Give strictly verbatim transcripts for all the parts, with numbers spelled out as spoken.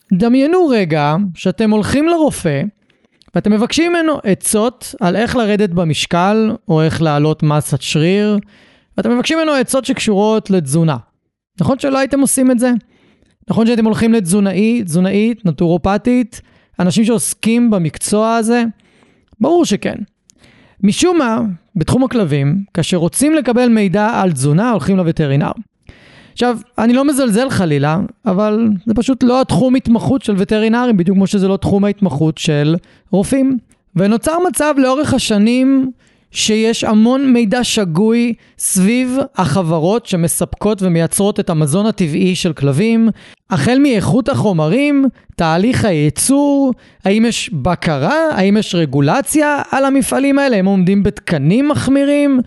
דמיינו רגע שאתם הולכים לרופא, ואתם מבקשים ממנו עצות על איך לרדת במשקל, או איך לעלות מסת שריר, ואתם מבקשים ממנו עצות שקשורות לתזונה. נכון שלא הייתם עושים את זה? נכון שאתם הולכים לתזונאי, תזונאית, נטורופטית, אנשים שעוסקים במקצוע הזה? ברור שכן. משום מה, בתחום הכלבים, כאשר רוצים לקבל מידע על תזונה, הולכים לווטרינר. עכשיו, אני לא מזלזל חלילה, אבל זה פשוט לא התחום התמחות של וטרינרים, בדיוק כמו שזה לא תחום ההתמחות של רופאים. ונוצר מצב לאורך השנים שיש המון מידע שגוי סביב החברות שמספקות ומייצרות את המזון הטבעי של כלבים, החל מאיכות החומרים, תהליך הייצור, האם יש בקרה, האם יש רגולציה על המפעלים האלה, הם עומדים בתקנים מחמירים,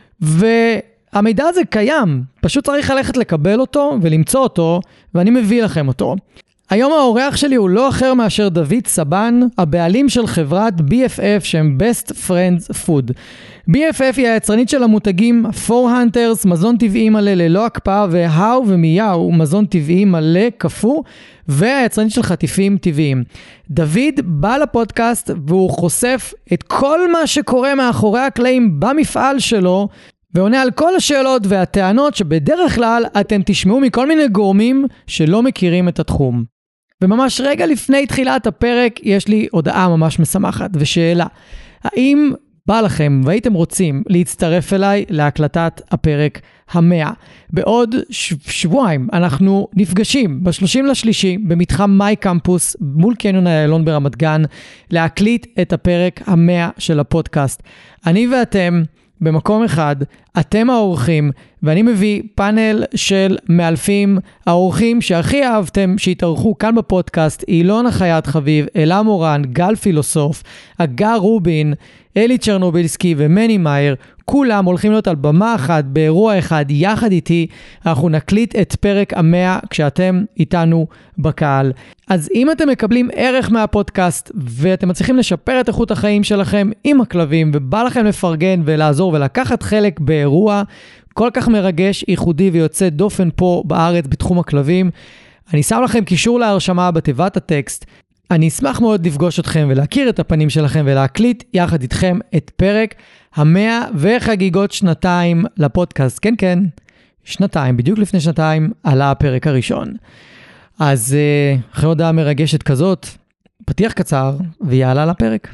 והמידע הזה קיים, פשוט צריך ללכת לקבל אותו ולמצוא אותו, ואני מביא לכם אותו. היום האורח שלי הוא לא אחר מאשר דוד סבן, הבעלים של חברת בי אף אף שהם Best Friends Food. בי אף אף היא היצרנית של המותגים פור הנטרס, מזון טבעי מלא ללא הקפאה, והאו ומיהו, מזון טבעי מלא קפוא, והיצרנית של חטיפים טבעיים. דוד בא לפודקאסט והוא חושף את כל מה שקורה מאחורי הקלעים במפעל שלו, ועונה על כל השאלות והטענות שבדרך כלל אתם תשמעו מכל מיני גורמים שלא מכירים את התחום. וממש רגע לפני תחילת הפרק יש לי הודעה ממש משמחת ושאלה. האם בא לכם והייתם רוצים להצטרף אליי להקלטת הפרק המאה? בעוד ש- שבועיים אנחנו נפגשים ב-שלושים לשלישי במתחם מיי קמפוס מול קניון איילון ברמת גן להקליט את הפרק המאה של הפודקאסט. אני ואתם במקום אחד, אתם האורחים, ואני מביא פאנל של מאלפים, האורחים שהכי אהבתם שהתארחו כאן בפודקאסט, אילון החייט חביב, אלה מורן, גל פילוסוף, אגר רובין, אלי צ'רנובילסקי ומני מאיר, כולם הולכים להיות על במה אחת, באירוע אחד, יחד איתי, אנחנו נקליט את פרק המאה כשאתם איתנו בקהל. אז אם אתם מקבלים ערך מהפודקאסט, ואתם מצליחים לשפר את איכות החיים שלכם עם הכלבים, ובא לכם לפרגן ולעזור ולקחת חלק באירוע כל כך מרגש, ייחודי ויוצא דופן פה בארץ בתחום הכלבים, אני שם לכם קישור להרשמה בתיבת הטקסט. אני אשמח מאוד לפגוש אתכם ולהכיר את הפנים שלכם ולהקליט יחד איתכם את פרק המאה וחגיגות שנתיים לפודקאסט. כן, כן, שנתיים, בדיוק לפני שנתיים עלה הפרק הראשון. אז אחרי הודעה מרגשת כזאת, פתיח קצר ויעלה לפרק.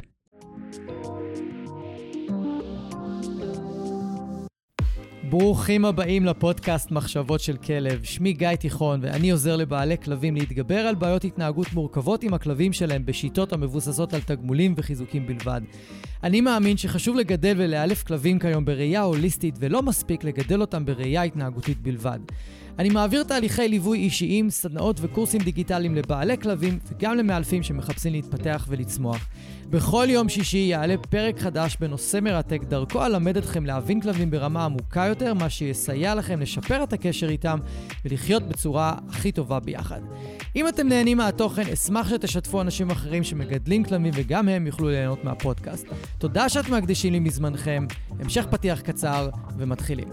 ברוכים הבאים לפודקאסט מחשבות של כלב. שמי גיא תיכון ואני עוזר לבעלי כלבים להתגבר על בעיות התנהגות מורכבות עם הכלבים שלהם בשיטות המבוססות על תגמולים וחיזוקים בלבד. אני מאמין שחשוב לגדל ולאלף כלבים כיום בראייה הוליסטית ולא מספיק לגדל אותם בראייה התנהגותית בלבד. אני מעביר תהליכי ליווי אישיים, סדנאות וקורסים דיגיטליים לבעלי כלבים וגם למאלפים שמחפשים להתפתח ולצמוח. בכל יום שישי יעלה פרק חדש בנושא מרתק, דרכו אלמד אתכם להבין כלבים ברמה עמוקה יותר, מה שיסייע לכם לשפר את הקשר איתם ולחיות בצורה הכי טובה ביחד. אם אתם נהנים מהתוכן, אשמח שתשתפו אנשים אחרים שמגדלים כלבים וגם הם יוכלו ליהנות מהפודקאסט. תודה שאת מקדישים לי מזמנכם. המשך פתיח קצר ומתחילים.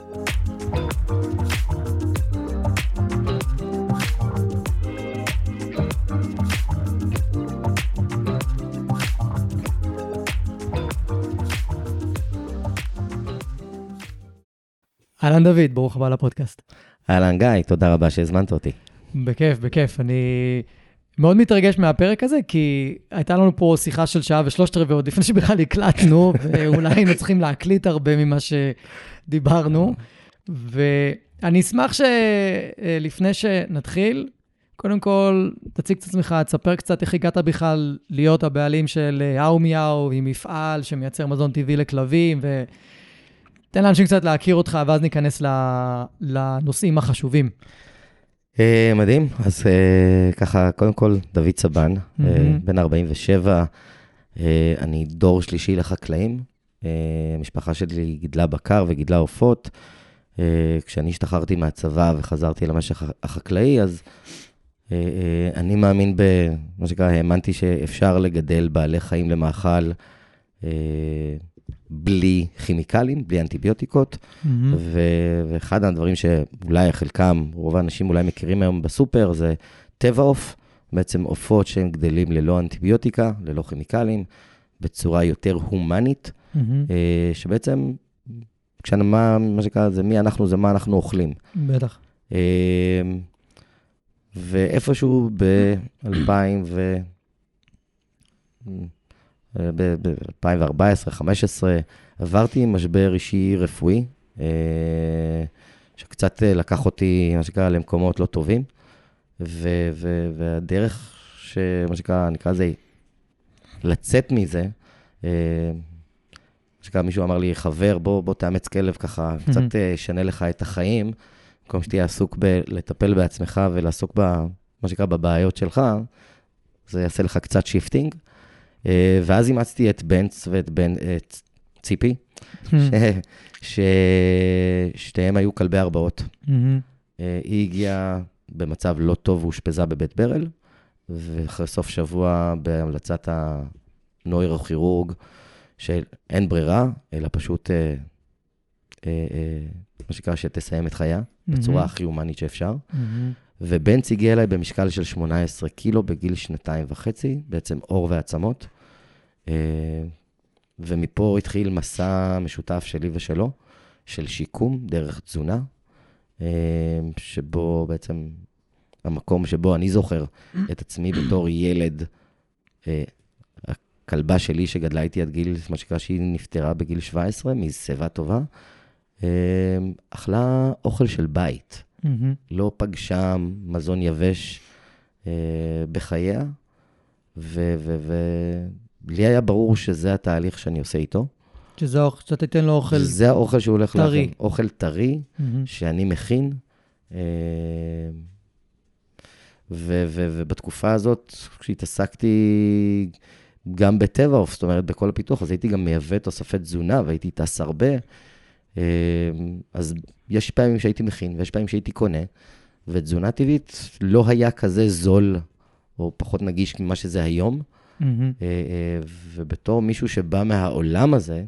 אהלן דוד, ברוך הבא לפודקאסט. אהלן גיא, תודה רבה שהזמנת אותי. בכיף, בכיף. אני מאוד מתרגש מהפרק הזה, כי הייתה לנו פה שיחה של שעה ושלושת רבעי עוד לפני שבכלל הקלטנו, ואולי היינו צריכים להקליט הרבה ממה שדיברנו. ואני אשמח שלפני שנתחיל, קודם כל תציג את עצמך, תספר קצת איך הגעת בכלל להיות הבעלים של האו מיהו, עם מפעל שמייצר מזון טבעי לכלבים, ו... תן לאנשים קצת להכיר אותך, ואז ניכנס לנושאים החשובים. מדהים. אז ככה, קודם כל, דוד סבן, בן ארבעים ושבע, אני דור שלישי לחקלאים. המשפחה שלי גידלה בקר וגידלה עופות. כשאני השתחררתי מהצבא וחזרתי למשך החקלאי, אז אני מאמין במה שקרה, האמנתי שאפשר לגדל בעלי חיים למאכל, בלי כימיקלים, בלי אנטיביוטיקות, mm-hmm. ו- ואחד הדברים שאולי חלקם, רוב האנשים אולי מכירים היום בסופר, זה טבע עוף, בעצם עופות שהם גדלים ללא אנטיביוטיקה, ללא כימיקלים, בצורה יותר הומנית, Mm-hmm. שבעצם, כשאני, מה, מה שקרה, זה מי אנחנו, זה מה אנחנו אוכלים. בטח. ואיפשהו ב-אלפיים ו... ב-אלפיים וארבע עשרה חמש עשרה עברתי משבר אישי רפואי, שקצת לקח אותי, מה שקרה, למקומות לא טובים, ו- ו- והדרך שמה שקרה, נקרא זה, לצאת מזה, מה שקרה, מישהו אמר לי, חבר, בוא, בוא תאמץ כלב ככה, קצת שנה לך את החיים, במקום שתהיה עסוק בלטפל בעצמך ולעסוק ב, מה שקרה, בבעיות שלך, זה יעשה לך קצת שיפטינג. ואז אימצתי את בנץ ואת בנ... את ציפי, ש... ששתיהם היו כלבי ארבעות. היא הגיעה במצב לא טוב והושפזה בבית ברל, ואחרי סוף שבוע בהמלצת הנוירוכירורג, שאין ברירה, אלא פשוט, אה, אה, אה, מה שקרה, שתסיים את חיה, בצורה הכי הומנית שאפשר. ובנץ הגיע אליי במשקל של שמונה עשרה קילו בגיל שנתיים וחצי, בעצם אור ועצמות. ומפה התחיל מסע משותף שלי ושלו, של שיקום דרך תזונה, שבו בעצם המקום שבו אני זוכר את עצמי בתור ילד, הכלבה שלי שגדלה איתי עד גיל, מה שקרה שהיא נפטרה בגיל שבע עשרה, משיבה טובה, אכלה אוכל של בית. Mm-hmm. לא פגשה מזון יבש אה, בחייה, ולי היה ברור שזה התהליך שאני עושה איתו. שזה האוכל, שאתה תיתן לו אוכל טרי. זה האוכל שהוא הולך לאכול. אוכל טרי, mm-hmm. שאני מכין. אה, ו- ו- ובתקופה הזאת, כשהתעסקתי גם בטבע, זאת אומרת, בכל הפיתוח, אז הייתי גם מייבא תוספי תזונה, והייתי טס הרבה. אז יש פעמים שהייתי מכין, ויש פעמים שהייתי קונה, ותזונה טבעית לא היה כזה זול, או פחות נגיש ממה שזה היום. Mm-hmm. ובתור מישהו שבא מהעולם הזה,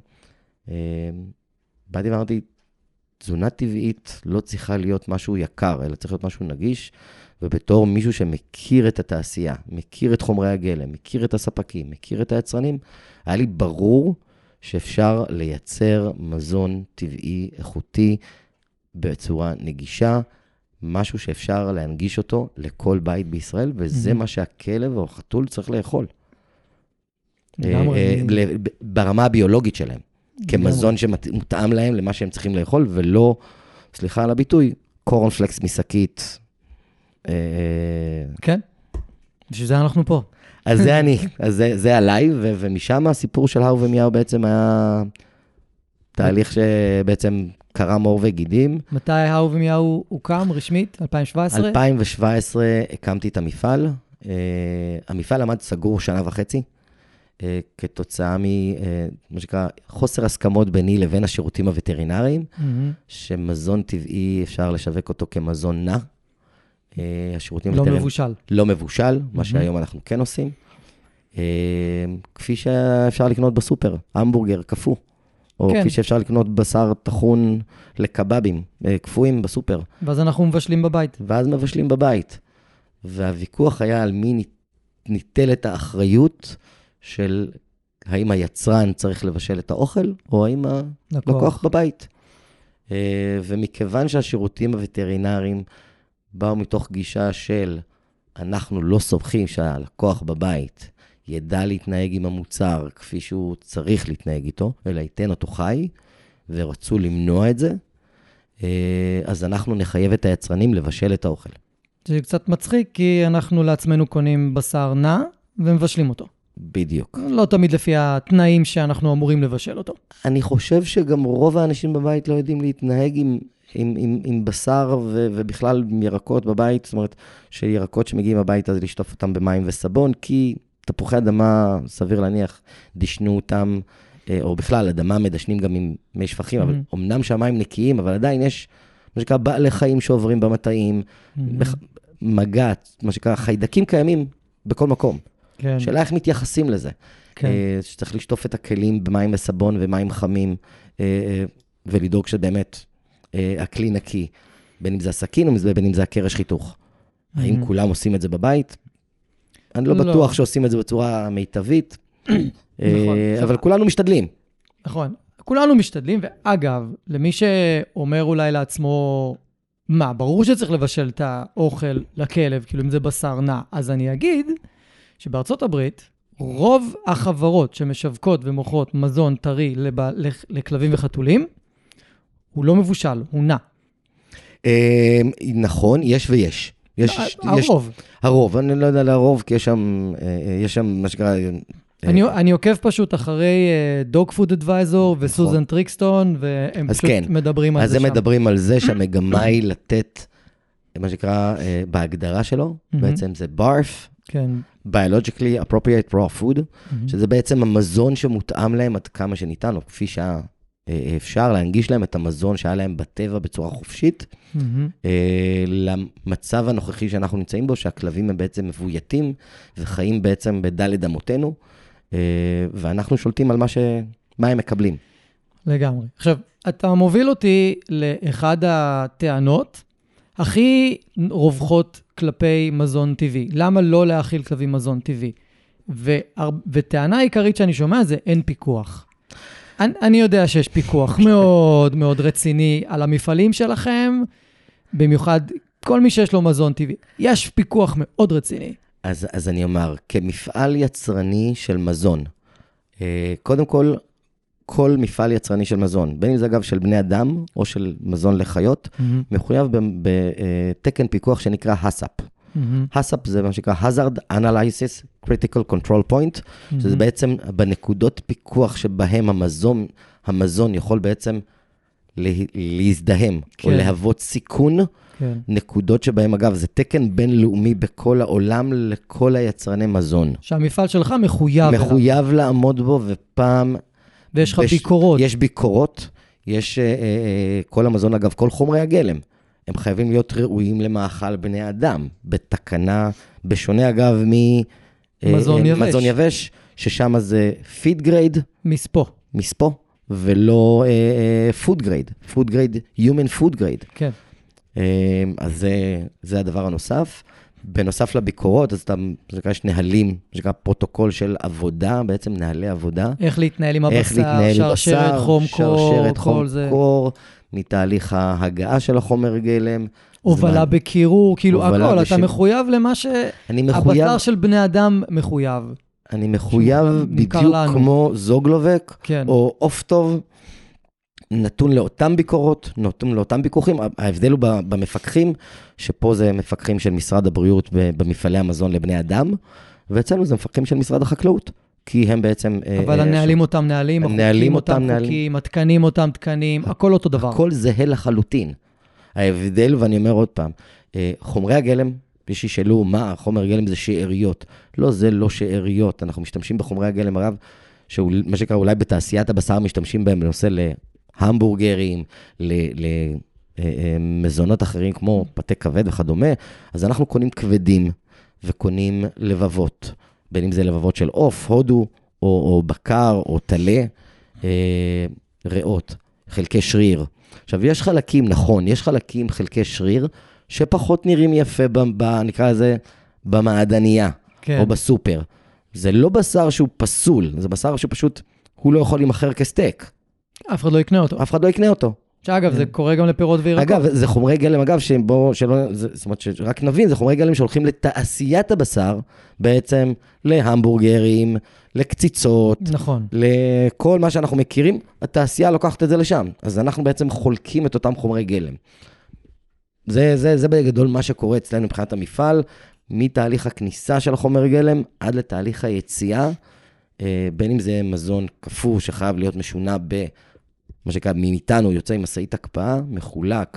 באתי ואמרתי, תזונה טבעית לא צריכה להיות משהו יקר, אלא צריך להיות משהו נגיש, ובתור מישהו שמכיר את התעשייה, מכיר את חומרי הגלם, מכיר את הספקים, מכיר את היצרנים, היה לי ברור שאפשר לייצר מזון טבעי, איכותי, בצורה נגישה, משהו שאפשר להנגיש אותו לכל בית בישראל, וזה mm-hmm. מה שהכלב או החתול צריך לאכול. ברמה הביולוגית שלהם, כמזון שמותאם להם למה שהם צריכים לאכול, ולא, סליחה על הביטוי, קורנפלקס משקית. כן, בשביל זה אנחנו פה. אז זה אני, אז זה, זה עליי, ו- ומשם הסיפור של האו ומיהו בעצם היה תהליך שבעצם קרם עור וגידים. מתי האו ומיהו הוקם רשמית? אלפיים שבע עשרה? אלפיים שבע עשרה הקמתי את המפעל. Uh, המפעל עמד סגור שנה וחצי, uh, כתוצאה מ, uh, מה שנקרא, חוסר הסכמות ביני לבין השירותים הווטרינריים, mm-hmm. שמזון טבעי אפשר לשווק אותו כמזון נע. השירותים לא מבושל. לא מבושל, מה שהיום אנחנו כן עושים. כפי שאפשר לקנות בסופר, המבורגר קפוא, או כפי שאפשר לקנות בשר טחון לקבבים, קפואים בסופר. ואז אנחנו מבשלים בבית. ואז מבשלים בבית. והוויכוח היה על מי ניטלת האחריות של האם היצרן צריך לבשל את האוכל, או האם הלקוח בבית. ומכיוון שהשירותים הווטרינריים באו מתוך גישה של אנחנו לא סומכים שהלקוח בבית ידע להתנהג עם המוצר כפי שהוא צריך להתנהג איתו, אלא ייתן אותו חי, ורצו למנוע את זה, אז אנחנו נחייב את היצרנים לבשל את האוכל. זה קצת מצחיק, כי אנחנו לעצמנו קונים בשר נע ומבשלים אותו. בדיוק. לא תמיד לפי התנאים שאנחנו אמורים לבשל אותו. אני חושב שגם רוב האנשים בבית לא יודעים להתנהג עם... עם, עם, עם בשר ו, ובכלל עם ירקות בבית, זאת אומרת, שירקות שמגיעים הבית אז לשטוף אותם במים וסבון, כי תפוחי אדמה, סביר להניח, דשנו אותם, או בכלל, אדמה מדשנים גם עם מי שפכים, mm-hmm. אבל אמנם שהמים נקיים, אבל עדיין יש, מה שקרה, בעלי חיים שעוברים במטעים, mm-hmm. בח, מגת, מה שקרה, חיידקים קיימים בכל מקום. כן. שאלה איך מתייחסים לזה. כן. שצריך לשטוף את הכלים במים וסבון ומים חמים, ולדאוג שבאמת, הכלי נקי, בין אם זה הסכין או בין אם זה הקרש חיתוך. האם כולם עושים את זה בבית? אני לא בטוח שעושים את זה בצורה מיטבית, אבל כולנו משתדלים. נכון, כולנו משתדלים, ואגב, למי שאומר אולי לעצמו, מה, ברור שצריך לבשל את האוכל לכלב, כאילו אם זה בשר נע, אז אני אגיד שבארצות הברית, רוב החברות שמשווקות ומוכרות מזון טרי לכלבים וחתולים, הוא לא מבושל, הוא נע. נכון, יש ויש. הרוב. הרוב, אני לא יודע לרוב, כי יש שם, יש שם מה שקרה... אני עוקב פשוט אחרי דוג פוד אדוויזור וסוזן טריקסטון, והם פשוט מדברים על זה שם. אז הם מדברים על זה שהמגמה היא לתת, מה שקרה בהגדרה שלו, בעצם זה בארף, biologically appropriate raw food, שזה בעצם המזון שמותאם להם עד כמה שניתן, או כפי שאפשר להנגיש להם את המזון שהיה להם בטבע בצורה חופשית, למצב הנוכחי שאנחנו נמצאים בו, שהכלבים הם בעצם מבויתים, וחיים בעצם בדלת אמותינו, ואנחנו שולטים על מה ש... מה הם מקבלים. לגמרי. עכשיו, אתה מוביל אותי לאחד הטענות הכי רווחות כלפי מזון טבעי. למה לא להאכיל כלבים מזון טבעי? וטענה העיקרית שאני שומע זה אין פיקוח. אני, אני יודע שיש פיקוח מאוד מאוד רציני על המפעלים שלכם, במיוחד כל מי שיש לו מזון טבעי. יש פיקוח מאוד רציני. אז, אז אני אומר, כמפעל יצרני של מזון, קודם כל, כל מפעל יצרני של מזון, בין אם זה אגב של בני אדם או של מזון לחיות, mm-hmm. מחויב בתקן פיקוח שנקרא הסאפ. Mm-hmm. הסאפ זה מה שנקרא Hazard Analysis Critical Control Point, mm-hmm. שזה בעצם בנקודות פיקוח שבהם המזון, המזון יכול בעצם להזדהם, כן. או להוות סיכון, כן. נקודות שבהם אגב זה תקן בינלאומי בכל העולם לכל היצרני מזון. שהמפעל שלך מחויב מחויב אליו. לעמוד בו ופעם... ויש לך ביקורות. יש ביקורות, יש אה, אה, כל המזון, אגב, כל חומרי הגלם. הם חייבים להיות ראויים למאכל בני אדם, בתקנה, בשונה אגב ממזון יבש. מזון יבש, ששם זה פיד גרייד. מספו. מספו, ולא פוד גרייד. פוד גרייד, human food grade. כן. אה, אז זה, זה הדבר הנוסף. בנוסף לביקורות, אז אתה, זה נקרא, יש נהלים, זה נקרא פרוטוקול של עבודה, בעצם נהלי עבודה. איך להתנהל עם הבשר, איך להתנהל שרשרת חום קור, שרשרת חום קור, מתהליך ההגעה של החומר גלם. הובלה בקירור, כאילו הכל, אתה מחויב למה שהבשר של בני אדם מחויב. אני מחויב בדיוק כמו זוגלובק, או אוף טוב, נתון לאותם ביקורות, נתון לאותם ביקורים. ההבדל הוא במפקחים, שפה זה מפקחים של משרד הבריאות במפעלי המזון לבני אדם, ואצלנו זה מפקחים של משרד החקלאות, כי הם בעצם... אבל הנהלים אותם נהלים, החוקים אותם חוקים, התקנים אותם תקנים, הכל אותו דבר. הכל זהה לחלוטין. ההבדל, ואני אומר עוד פעם, חומרי הגלם, שישאלו מה, חומר גלם זה שאריות. לא, זה לא שאריות. אנחנו משתמשים בחומרי הגלם הרב, מה שקרה אולי בתעשיית הבשר משתמשים בהם בנושא ל... המבורגרים, למזונות אחרים כמו פתי כבד וכדומה, אז אנחנו קונים כבדים וקונים לבבות, בין אם זה לבבות של אוף, הודו, או, או בקר, או תלה, אה, ריאות, חלקי שריר. עכשיו, יש חלקים, נכון, יש חלקים, חלקי שריר, שפחות נראים יפה, ב, ב, נקרא לזה, במעדניה, כן. או בסופר. זה לא בשר שהוא פסול, זה בשר שפשוט, הוא לא יכול להימחר כסטייק. אף אחד לא יקנה אותו. אף אחד לא יקנה אותו. שאגב, זה קורה גם לפירות וירקות. אגב, זה חומרי גלם, אגב, שבו, שלא, זאת אומרת, שרק נבין, זה חומרי גלם שהולכים לתעשיית הבשר, בעצם להמבורגרים, לקציצות, נכון. לכל מה שאנחנו מכירים, התעשייה לוקחת את זה לשם. אז אנחנו בעצם חולקים את אותם חומרי גלם. זה, זה, זה בגדול מה שקורה אצלנו מבחינת המפעל, מתהליך הכניסה של החומר גלם עד לתהליך היציאה, בין אם זה מזון כפור שחייב להיות משונה ב, מה שקרה, מאיתנו יוצא עם מסעית הקפאה, מחולק,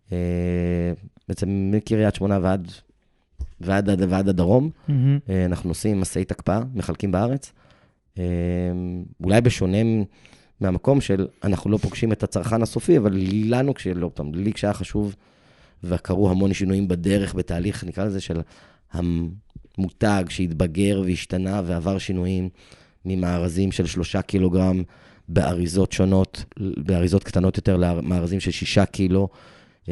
בעצם מקריית שמונה ועד, ועד, ועד הדרום, mm-hmm. אנחנו נוסעים עם מסעית הקפאה, מחלקים בארץ, אולי בשונה מהמקום של, אנחנו לא פוגשים את הצרכן הסופי, אבל לנו כשלא פעם, לי כשהיה חשוב, וקרו המון שינויים בדרך, בתהליך, נקרא לזה של המותג שהתבגר והשתנה ועבר שינויים, ממארזים של שלושה קילוגרם באריזות שונות, באריזות קטנות יותר למארזים של שישה קילו,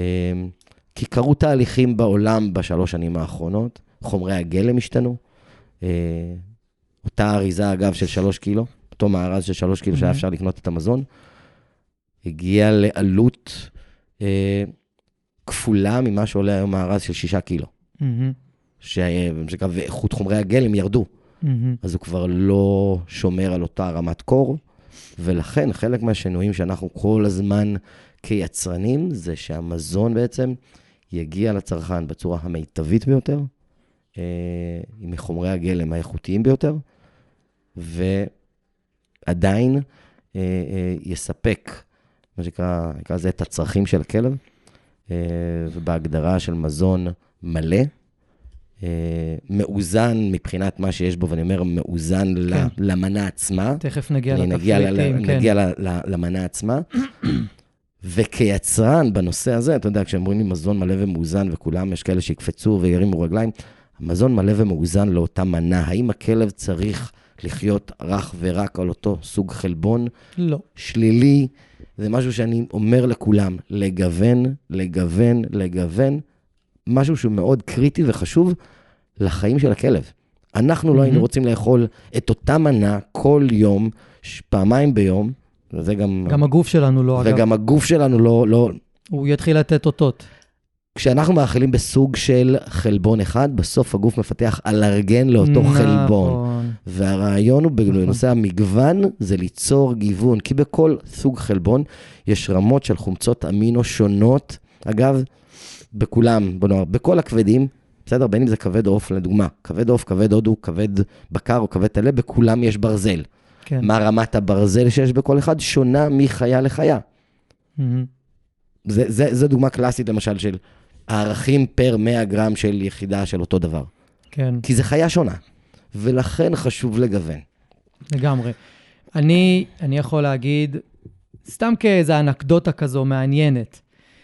כי קרו תהליכים בעולם בשלוש שנים האחרונות, חומרי הגלם השתנו, אותה אריזה, אגב, של שלוש קילו, אותו מארז של שלוש קילו שהיה אפשר לקנות את המזון, הגיע לעלות אה, כפולה ממה שעולה היום מארז של שישה קילו. שאיכות חומרי הגלם ירדו. אז הוא כבר לא שומר על אותה רמת קור, ולכן חלק מהשינויים שאנחנו כל הזמן כיצרנים, זה שהמזון בעצם יגיע לצרכן בצורה המיטבית ביותר, אה, עם חומרי הגלם האיכותיים ביותר, ועדיין אה, אה, יספק, מה שנקרא, נקרא זה את הצרכים של הכלב, אה, ובהגדרה של מזון מלא, אה, מאוזן מבחינת מה שיש בו, ואני אומר מאוזן כן. למנה עצמה. תכף נגיע לתפריטים, כן. נגיע למנה עצמה. וכיצרן בנושא הזה, אתה יודע, כשאומרים לי מזון מלא ומאוזן, וכולם יש כאלה שיקפצו וירימו רגליים, המזון מלא ומאוזן לאותה מנה. האם הכלב צריך לחיות רך ורק על אותו סוג חלבון? לא. שלילי, זה משהו שאני אומר לכולם, לגוון, לגוון, לגוון, משהו שהוא מאוד קריטי וחשוב לחיים של הכלב. אנחנו לא היינו רוצים לאכול את אותה מנה כל יום, פעמיים ביום, וזה גם... גם הגוף שלנו לא, אגב. וגם הגוף שלנו לא, לא... הוא יתחיל לתת אותות. כשאנחנו מאכילים בסוג של חלבון אחד, בסוף הגוף מפתח אלרגן לאותו חלבון. והרעיון הוא בנושא המגוון, זה ליצור גיוון, כי בכל סוג חלבון יש רמות של חומצות אמינו שונות. אגב, בכולם, בוא נאמר, בכל הכבדים, בסדר, בין אם זה כבד עוף, לדוגמה, כבד עוף, כבד הודו, כבד בקר או כבד תלה, בכולם יש ברזל. כן. מה רמת הברזל שיש בכל אחד? שונה מחיה לחיה. Mm-hmm. זה, זה, זה דוגמה קלאסית, למשל, של הערכים פר מאה גרם של יחידה של אותו דבר. כן. כי זה חיה שונה, ולכן חשוב לגוון. לגמרי. אני, אני יכול להגיד, סתם כאיזו אנקדוטה כזו מעניינת,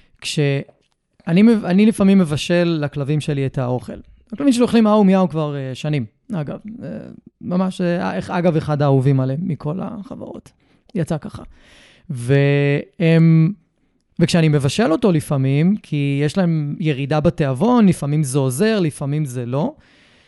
כשאני אני לפעמים מבשל לכלבים שלי את האוכל. הכלבים שלי אוכלים אהו מיהו כבר uh, שנים, אגב. Uh, ממש, uh, אגב, אחד האהובים עליהם מכל החברות. יצא ככה. והם... וכשאני מבשל אותו לפעמים, כי יש להם ירידה בתיאבון, לפעמים זה עוזר, לפעמים זה לא,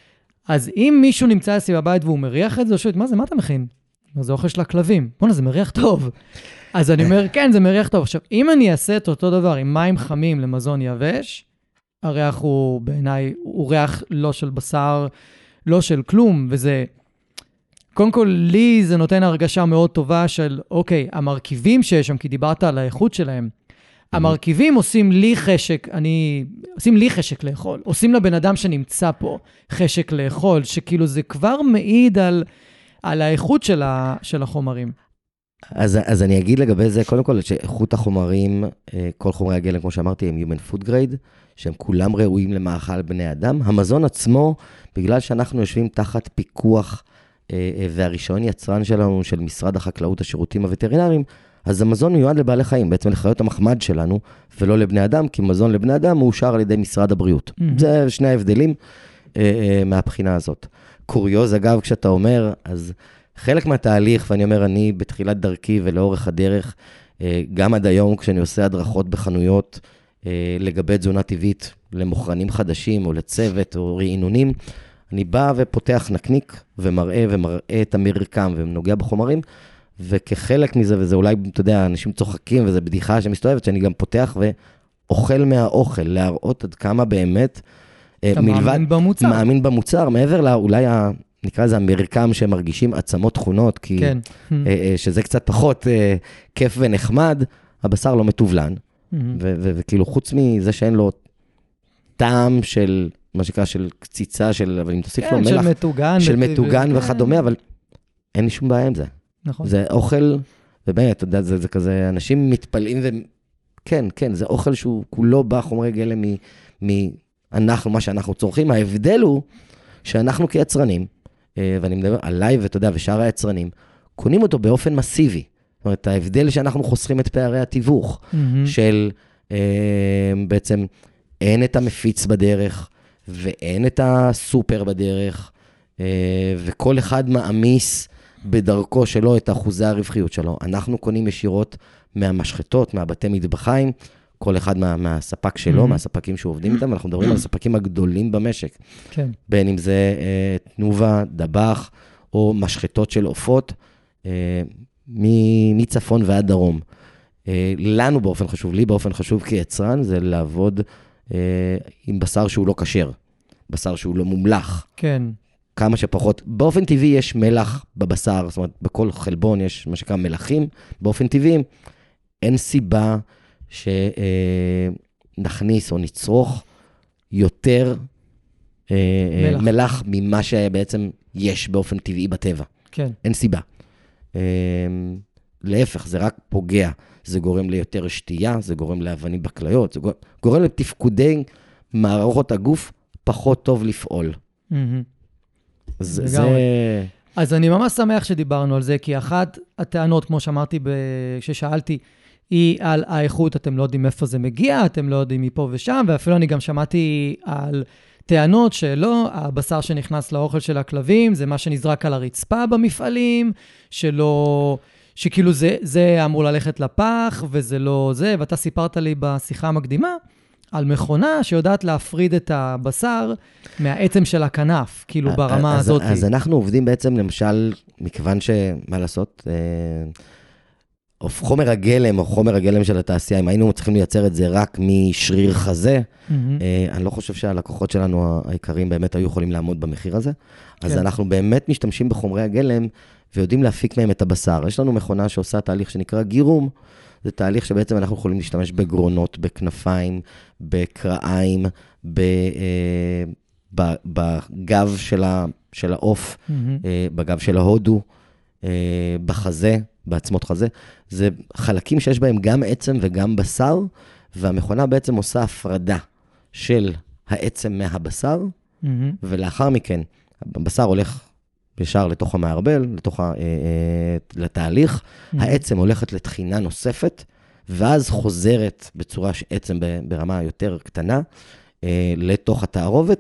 אז אם מישהו נמצא אצלי בבית והוא מריח את זה, הוא שואל, מה זה, מה אתה מכין? זה אוכל של הכלבים. בוא'נה, זה מריח טוב. אז אני אומר, כן, זה מריח טוב. עכשיו, אם אני אעשה את אותו דבר עם מים חמים למזון יבש, הריח הוא בעיניי, הוא ריח לא של בשר, לא של כלום, וזה... קודם כל, לי זה נותן הרגשה מאוד טובה של, אוקיי, המרכיבים שיש שם, כי דיברת על האיכות שלהם, המרכיבים עושים לי חשק, אני, עושים לי חשק לאכול, עושים לבן אדם שנמצא פה חשק לאכול, שכאילו זה כבר מעיד על, על האיכות של, ה, של החומרים. אז, אז אני אגיד לגבי זה, קודם כל, שאיכות החומרים, כל חומרי הגלם, כמו שאמרתי, הם human food grade, שהם כולם ראויים למאכל בני אדם. המזון עצמו, בגלל שאנחנו יושבים תחת פיקוח, והרישיון יצרן שלנו, של משרד החקלאות, השירותים הווטרינריים, אז המזון מיועד לבעלי חיים, בעצם לחיות המחמד שלנו, ולא לבני אדם, כי מזון לבני אדם מאושר על ידי משרד הבריאות. Mm-hmm. זה שני ההבדלים אה, אה, מהבחינה הזאת. קוריוז, אגב, כשאתה אומר, אז חלק מהתהליך, ואני אומר, אני בתחילת דרכי ולאורך הדרך, אה, גם עד היום, כשאני עושה הדרכות בחנויות, אה, לגבי תזונה טבעית, למוכרנים חדשים, או לצוות, או רעינונים, אני בא ופותח נקניק, ומראה ומראה את המרקם, ונוגע בחומרים, וכחלק מזה, וזה אולי, אתה יודע, אנשים צוחקים, וזה בדיחה שמסתובבת, שאני גם פותח ואוכל מהאוכל, להראות עד כמה באמת, אתה מלבד, מאמין במוצר. מאמין במוצר, מעבר לה, אולי, ה, נקרא לזה המרקם שהם מרגישים עצמות תכונות, כי כן. שזה קצת פחות כיף ונחמד, הבשר לא מטובלן, וכאילו חוץ מזה שאין לו טעם של, מה שקרה, של קציצה, של, אבל אם תוסיף לו מלח, של מטוגן, של מטוגן וכדומה, אבל אין לי שום בעיה עם זה. נכון. זה אוכל, ובאמת, אתה יודע, זה, זה כזה, אנשים מתפלאים, ו... כן, כן, זה אוכל שהוא כולו בא חומרי גלם מאנחנו, מה שאנחנו צורכים. ההבדל הוא שאנחנו כיצרנים, ואני מדבר עליי, ואתה יודע, ושאר היצרנים, קונים אותו באופן מסיבי. זאת אומרת, ההבדל שאנחנו חוסכים את פערי התיווך, mm-hmm. של בעצם אין את המפיץ בדרך, ואין את הסופר בדרך, וכל אחד מאמיס בדרכו שלו את אחוזי הרווחיות שלו. אנחנו קונים ישירות מהמשחטות, מהבתי מטבחיים, כל אחד מה, מהספק שלו, mm-hmm. מהספקים שעובדים איתם, אנחנו מדברים על הספקים הגדולים במשק. כן. בין אם זה אה, תנובה, דבח, או משחטות של עופות, אה, מצפון ועד דרום. אה, לנו באופן חשוב, לי באופן חשוב כיצרן, זה לעבוד אה, עם בשר שהוא לא כשר, בשר שהוא לא מומלח. כן. כמה שפחות. באופן טבעי יש מלח בבשר, זאת אומרת, בכל חלבון יש מה שנקרא מלחים, באופן טבעי אין סיבה שנכניס או נצרוך יותר מלח, מלח ממה שבעצם יש באופן טבעי בטבע. כן. אין סיבה. להפך, זה רק פוגע. זה גורם ליותר שתייה, זה גורם לאבנים בכליות, זה גורם לתפקודי מערכות הגוף פחות טוב לפעול. זה, זה... אז אני ממש שמח שדיברנו על זה, כי אחת הטענות, כמו שאמרתי כששאלתי, היא על האיכות, אתם לא יודעים איפה זה מגיע, אתם לא יודעים מפה ושם, ואפילו אני גם שמעתי על טענות שלא, הבשר שנכנס לאוכל של הכלבים, זה מה שנזרק על הרצפה במפעלים, שלא, שכאילו זה, זה אמור ללכת לפח, וזה לא זה, ואתה סיפרת לי בשיחה המקדימה, על מכונה שיודעת להפריד את הבשר מהעצם של הכנף, כאילו ברמה אז, הזאת. אז אנחנו עובדים בעצם, למשל, מכיוון שמה לעשות, אה, חומר הגלם, או חומר הגלם של התעשייה, אם היינו צריכים לייצר את זה רק משריר חזה, mm-hmm. אה, אני לא חושב שהלקוחות שלנו העיקריים באמת היו יכולים לעמוד במחיר הזה, אז כן. אנחנו באמת משתמשים בחומרי הגלם, ויודעים להפיק מהם את הבשר. יש לנו מכונה שעושה תהליך שנקרא גירום, זה תהליך שבעצם אנחנו יכולים להשתמש בגרונות, בכנפיים, בקרעיים, בגב של העוף, בגב של ההודו, בחזה, בעצמות חזה. זה חלקים שיש בהם גם עצם וגם בשר, והמכונה בעצם עושה הפרדה של העצם מהבשר, ולאחר מכן, הבשר הולך ישר לתוך המערבל, לתוך ה, לתהליך, mm-hmm. העצם הולכת לתחינה נוספת, ואז חוזרת בצורה שעצם ברמה יותר קטנה, לתוך התערובת,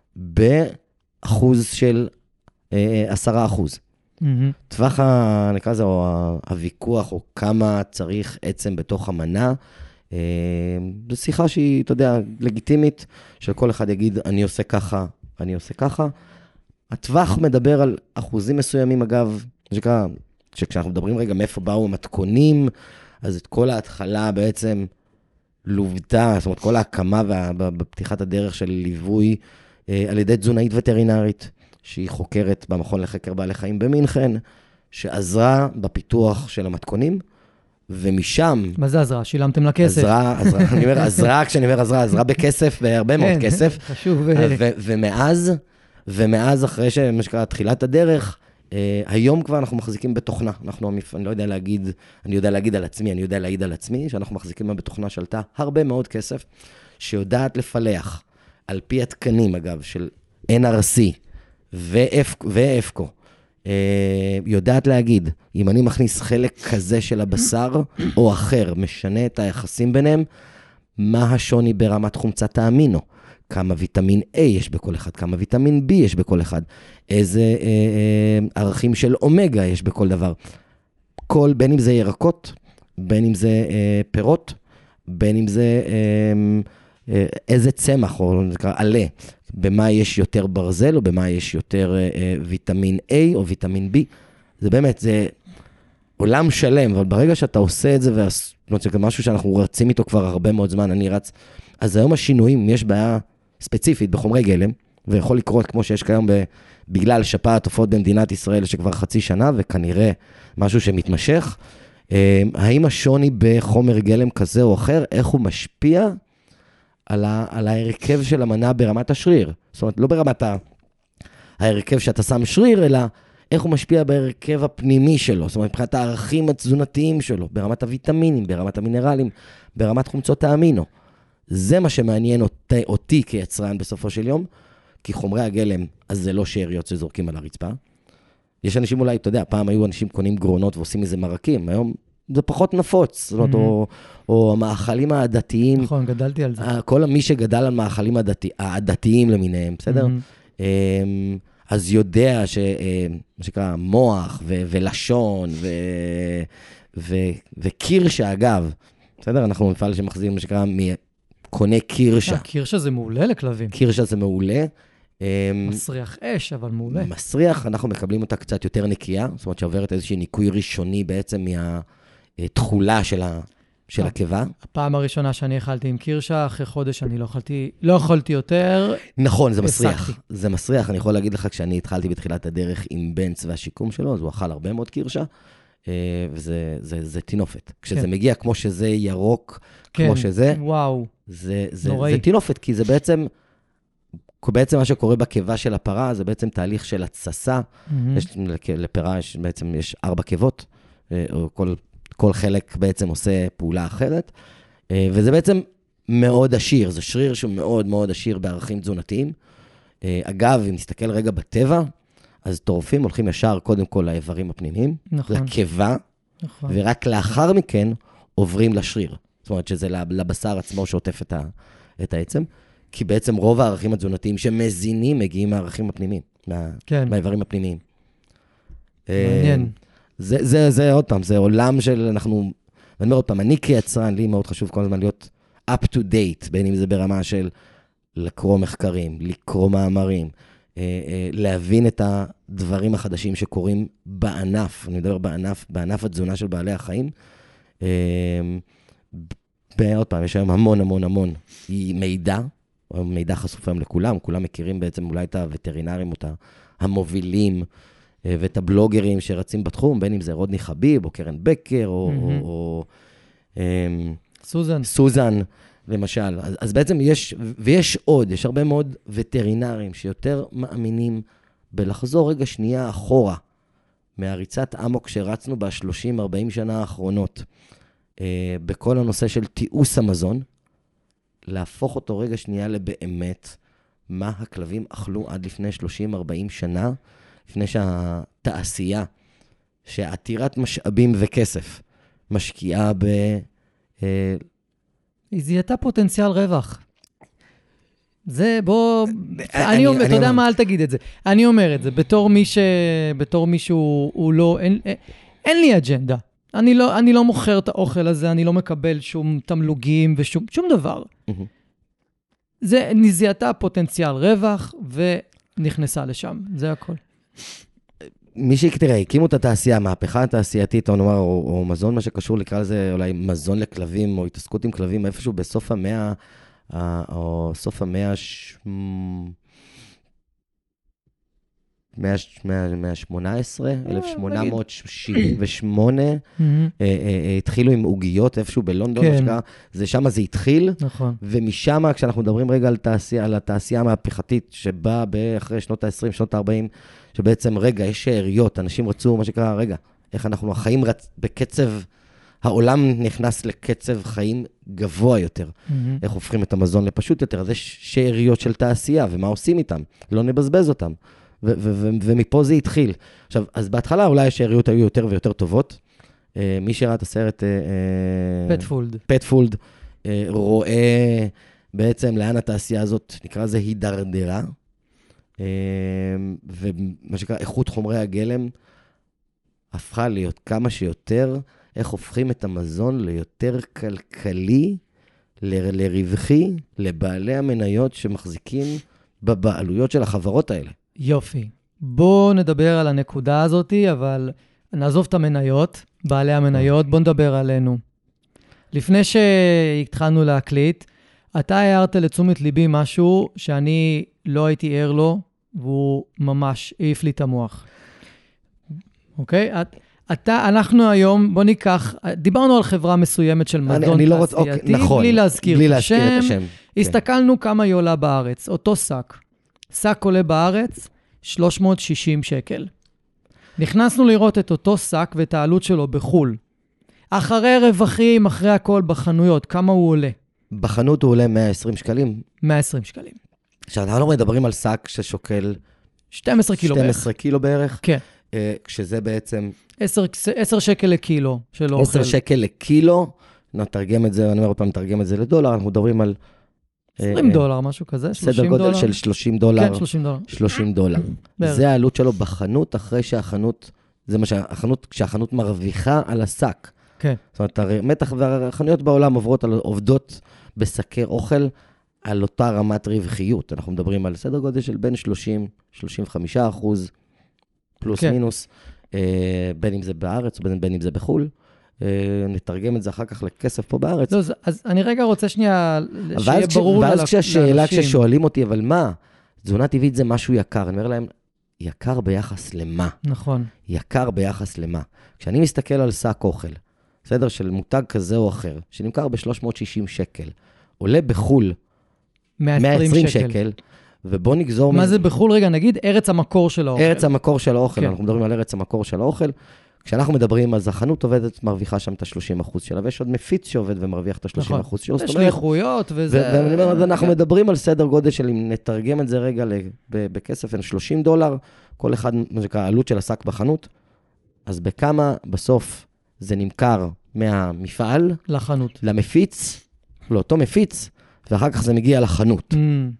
באחוז של עשרה אחוז. Mm-hmm. טווח, נקרא לזה, או הוויכוח, או כמה צריך עצם בתוך המנה, זו שיחה שהיא, אתה יודע, לגיטימית, של כל אחד יגיד, אני עושה ככה, אני עושה ככה, הטווח מדבר על אחוזים מסוימים, אגב, שקרה, שכשאנחנו מדברים רגע מאיפה באו המתכונים, אז את כל ההתחלה בעצם לובטה, זאת אומרת, כל ההקמה בפתיחת הדרך של ליווי אה, על ידי תזונאית וטרינרית, שהיא חוקרת במכון לחקר בעלי חיים במינכן, שעזרה בפיתוח של המתכונים, ומשם... מה זה עזרה? שילמתם לה כסף? עזרה, עזרה, אני אומר, עזרה, כשאני אומר עזרה, עזרה בכסף, בהרבה מאוד כסף. חשוב. ומאז... ומאז, אחרי שמשקרה תחילת הדרך, אה, היום כבר אנחנו מחזיקים בתוכנה. אנחנו, אני לא יודע להגיד, אני יודע להגיד על עצמי, אני יודע להעיד על עצמי, שאנחנו מחזיקים בתוכנה שעלתה הרבה מאוד כסף, שיודעת לפלח, על פי התקנים, אגב, של אן אר סי ו-אפקו, אה, יודעת להגיד, אם אני מכניס חלק כזה של הבשר, או אחר, משנה את היחסים ביניהם, מה השוני ברמת חומצת האמינו? כמה ויטמין A יש בכל אחד, כמה ויטמין B יש בכל אחד, איזה אה, אה, ערכים של אומגה יש בכל דבר. כל, בין אם זה ירקות, בין אם זה אה, פירות, בין אם זה אה, אה, איזה צמח, או נקרא עלה, במה יש יותר ברזל, או במה יש יותר אה, אה, ויטמין A או ויטמין B. זה באמת, זה עולם שלם, אבל ברגע שאתה עושה את זה, וזה משהו שאנחנו רצים איתו כבר הרבה מאוד זמן, אני רץ, אז היום השינויים, יש בעיה ספציפית בחומרי גלם, ויכול לקרות כמו שיש כיום בגלל שפעת עופות במדינת ישראל שכבר חצי שנה, וכנראה משהו שמתמשך. האם השוני בחומר גלם כזה או אחר, איך הוא משפיע על, ה, על ההרכב של המנה ברמת השריר? זאת אומרת, לא ברמת ה, ההרכב שאתה שם שריר, אלא איך הוא משפיע בהרכב הפנימי שלו, זאת אומרת, מבחינת הערכים התזונתיים שלו, ברמת הוויטמינים, ברמת המינרלים, ברמת חומצות האמינו. זה מה שמעניין אותי, אותי כיצרן בסופו של יום, כי חומרי הגלם, אז זה לא שאריות שזורקים על הרצפה. יש אנשים אולי, אתה יודע, פעם היו אנשים קונים גרונות ועושים מזה מרקים, היום זה פחות נפוץ, זאת אומרת, או, או המאכלים העדתיים. נכון, גדלתי על זה. כל מי שגדל על מאכלים הדתי, העדתיים למיניהם, בסדר? אז יודע ש, מה שנקרא, מוח ו, ולשון ו, ו, וקירשה, אגב, בסדר? אנחנו מפעל שמחזיר מה שקרה קונה קירשה. קירשה זה מעולה לכלבים. קירשה זה מעולה. מסריח אש, אבל מעולה. מסריח, אנחנו מקבלים אותה קצת יותר נקייה, זאת אומרת שעוברת איזושהי ניקוי ראשוני בעצם מהתחולה של ה... של הקיבה. הפעם הראשונה שאני אכלתי עם קירשה, אחרי חודש אני לא אכלתי, לא אכלתי יותר. נכון, זה מסריח. זה מסריח, אני יכול להגיד לך, כשאני התחלתי בתחילת הדרך עם בנץ והשיקום שלו, אז הוא אכל הרבה מאוד קירשה, וזה זה, זה תינופת. כשזה מגיע כמו שזה ירוק, כמו שזה, וואו, זה, זה, זה תינופת, כי זה בעצם, בעצם מה שקורה בקיבה של הפרה, זה בעצם תהליך של התססה. יש, לפרה יש, בעצם יש ארבע קיבות, או כל... כל חלק בעצם עושה פעולה אחרת, וזה בעצם מאוד עשיר, זה שריר שהוא מאוד מאוד עשיר בערכים תזונתיים. אגב, אם נסתכל רגע בטבע, אז טורפים הולכים ישר קודם כל לאיברים הפנימיים, נכון. לקיבה, נכון. ורק לאחר מכן עוברים לשריר. זאת אומרת שזה לבשר עצמו שעוטף את, ה, את העצם, כי בעצם רוב הערכים התזונתיים שמזינים מגיעים מהערכים הפנימיים, מה, כן. מהאיברים הפנימיים. מעניין. זה, זה, זה עוד פעם, זה עולם של אנחנו, אני אומר עוד פעם, אני כיצרן, לי מאוד חשוב כל הזמן להיות up to date, בין אם זה ברמה של לקרוא מחקרים, לקרוא מאמרים, להבין את הדברים החדשים שקורים בענף, אני מדבר בענף, בענף התזונה של בעלי החיים. עוד פעם, יש היום המון המון המון מידע, מידע חשוף היום לכולם, כולם מכירים בעצם אולי את הווטרינרים, או את המובילים, ואת הבלוגרים שרצים בתחום, בין אם זה רודני חביב, או קרן בקר, או, mm-hmm. או, או סוזן. סוזן, למשל. אז, אז בעצם יש, ויש עוד, יש הרבה מאוד וטרינרים שיותר מאמינים בלחזור רגע שנייה אחורה, מהריצת עמוק שרצנו ב-שלושים ארבעים שנה האחרונות, אה, בכל הנושא של תיעוש המזון, להפוך אותו רגע שנייה לבאמת, מה הכלבים אכלו עד לפני שלושים ארבעים שנה, לפני שהתעשייה, שעתירת משאבים וכסף, משקיעה ב... היא זיהתה פוטנציאל רווח. זה, בוא... אני אומר, אתה יודע מה, אל תגיד את זה. אני אומר את זה, בתור מי ש... בתור מי שהוא לא... אין לי אג'נדה. אני לא, אני לא מוכר את האוכל הזה, אני לא מקבל שום תמלוגים ושום שום דבר. זה נזיהתה פוטנציאל רווח, ונכנסה לשם. זה הכל. מי שתראה, הקימו את התעשייה, מהפכה התעשייתית, או נאמר, או, או מזון, מה שקשור לקרוא לזה, אולי מזון לכלבים, או התעסקות עם כלבים, איפשהו בסוף המאה, או סוף המאה, ש... מאה שמונה עשרה, אלף שמונה מאות שבעים ושמונה, התחילו עם עוגיות איפשהו בלונדון, זה שם זה התחיל, ומשם, כשאנחנו מדברים רגע על התעשייה המהפכתית, שבאה אחרי שנות ה-עשרים, שנות ה-ארבעים, שבעצם רגע, יש שאריות, אנשים רצו, מה שקרה, רגע, איך אנחנו, החיים בקצב, העולם נכנס לקצב חיים גבוה יותר, איך הופכים את המזון לפשוט יותר, אז יש שאריות של תעשייה, ומה עושים איתם? לא נבזבז אותם. ו- ו- ו- ומפה זה התחיל. עכשיו, אז בהתחלה אולי השאריות היו יותר ויותר טובות. מי שראה את הסרט... פטפולד. פטפולד, רואה בעצם לאן התעשייה הזאת, נקרא זה הידרדרה, ומה שקרה, איכות חומרי הגלם הפכה להיות כמה שיותר, איך הופכים את המזון ליותר כלכלי, ל- לרווחי, לבעלי המניות שמחזיקים בבעלויות של החברות האלה. יופי. בואו נדבר על הנקודה הזאת, אבל נעזוב את המניות, בעלי המניות, בואו נדבר עלינו. לפני שהתחלנו להקליט, אתה הערת לתשומת ליבי משהו שאני לא הייתי ער לו, והוא ממש העיף לי את המוח. אוקיי? אתה, אנחנו היום, בוא ניקח, דיברנו על חברה מסוימת של מזון אני, אני לא רוצה, אוקיי, נכון, בלי להזכיר, בלי את, להזכיר השם, את השם. הסתכלנו כן. כמה היא עולה בארץ, אותו שק. שק עולה בארץ, שלוש מאות ושישים שקל. נכנסנו לראות את אותו שק ואת העלות שלו בחול. אחרי רווחים, אחרי הכל בחנויות, כמה הוא עולה? בחנות הוא עולה מאה ועשרים שקלים. מאה ועשרים שקלים. עכשיו, אנחנו לא מדברים על שק ששוקל... שנים עשר קילו בערך. שנים עשר קילו בערך. כן. כשזה בעצם... עשר שקל לקילו של אוכל. עשר שקל לקילו, נתרגם את זה, אני אומר עוד פעם, נתרגם את זה לדולר, אנחנו מדברים על... עשרים דולר, משהו כזה, שלושים דולר. סדר גודל של שלושים דולר. כן, שלושים דולר. שלושים דולר. זה העלות שלו בחנות, אחרי שהחנות, זה מה שהחנות, כשהחנות מרוויחה על השק. כן. זאת אומרת, המתח והחנויות בעולם עוברות על, עובדות בסקר אוכל על אותה רמת רווחיות. אנחנו מדברים על סדר גודל של בין שלושים שלושים וחמישה אחוז, פלוס כן. מינוס, אה, בין אם זה בארץ או בין, בין אם זה בחול. אה, נתרגם את זה אחר כך לכסף פה בארץ. לא, אז אני רגע רוצה שנייה, שיהיה ברור לאנשים. ואז כשהשאלה, כששואלים אותי, אבל מה? תזונה טבעית זה משהו יקר. אני אומר להם, יקר ביחס למה? נכון. יקר ביחס למה? כשאני מסתכל על שק אוכל, בסדר, של מותג כזה או אחר, שנמכר ב-שלוש מאות ושישים שקל, עולה בחול מאה ועשרים שקל, ובוא נגזור... מה זה בחול? רגע, נגיד, ארץ המקור של האוכל. ארץ המקור של האוכל, כן. אנחנו מדברים על ארץ המקור של האוכל. כשאנחנו מדברים, אז החנות עובדת, מרוויחה שם את ה-שלושים אחוז שלה, ויש עוד מפיץ שעובד ומרוויח את ה-שלושים אחוז שלו. יש שליחויות וזה... ואני אומר, אז אנחנו מדברים על סדר גודל של, אם נתרגם את זה רגע בכסף, שלושים דולר, כל אחד, מה שנקרא, העלות של השק בחנות, אז בכמה בסוף זה נמכר מהמפעל, לחנות. למפיץ, לאותו מפיץ, ואחר כך זה מגיע לחנות.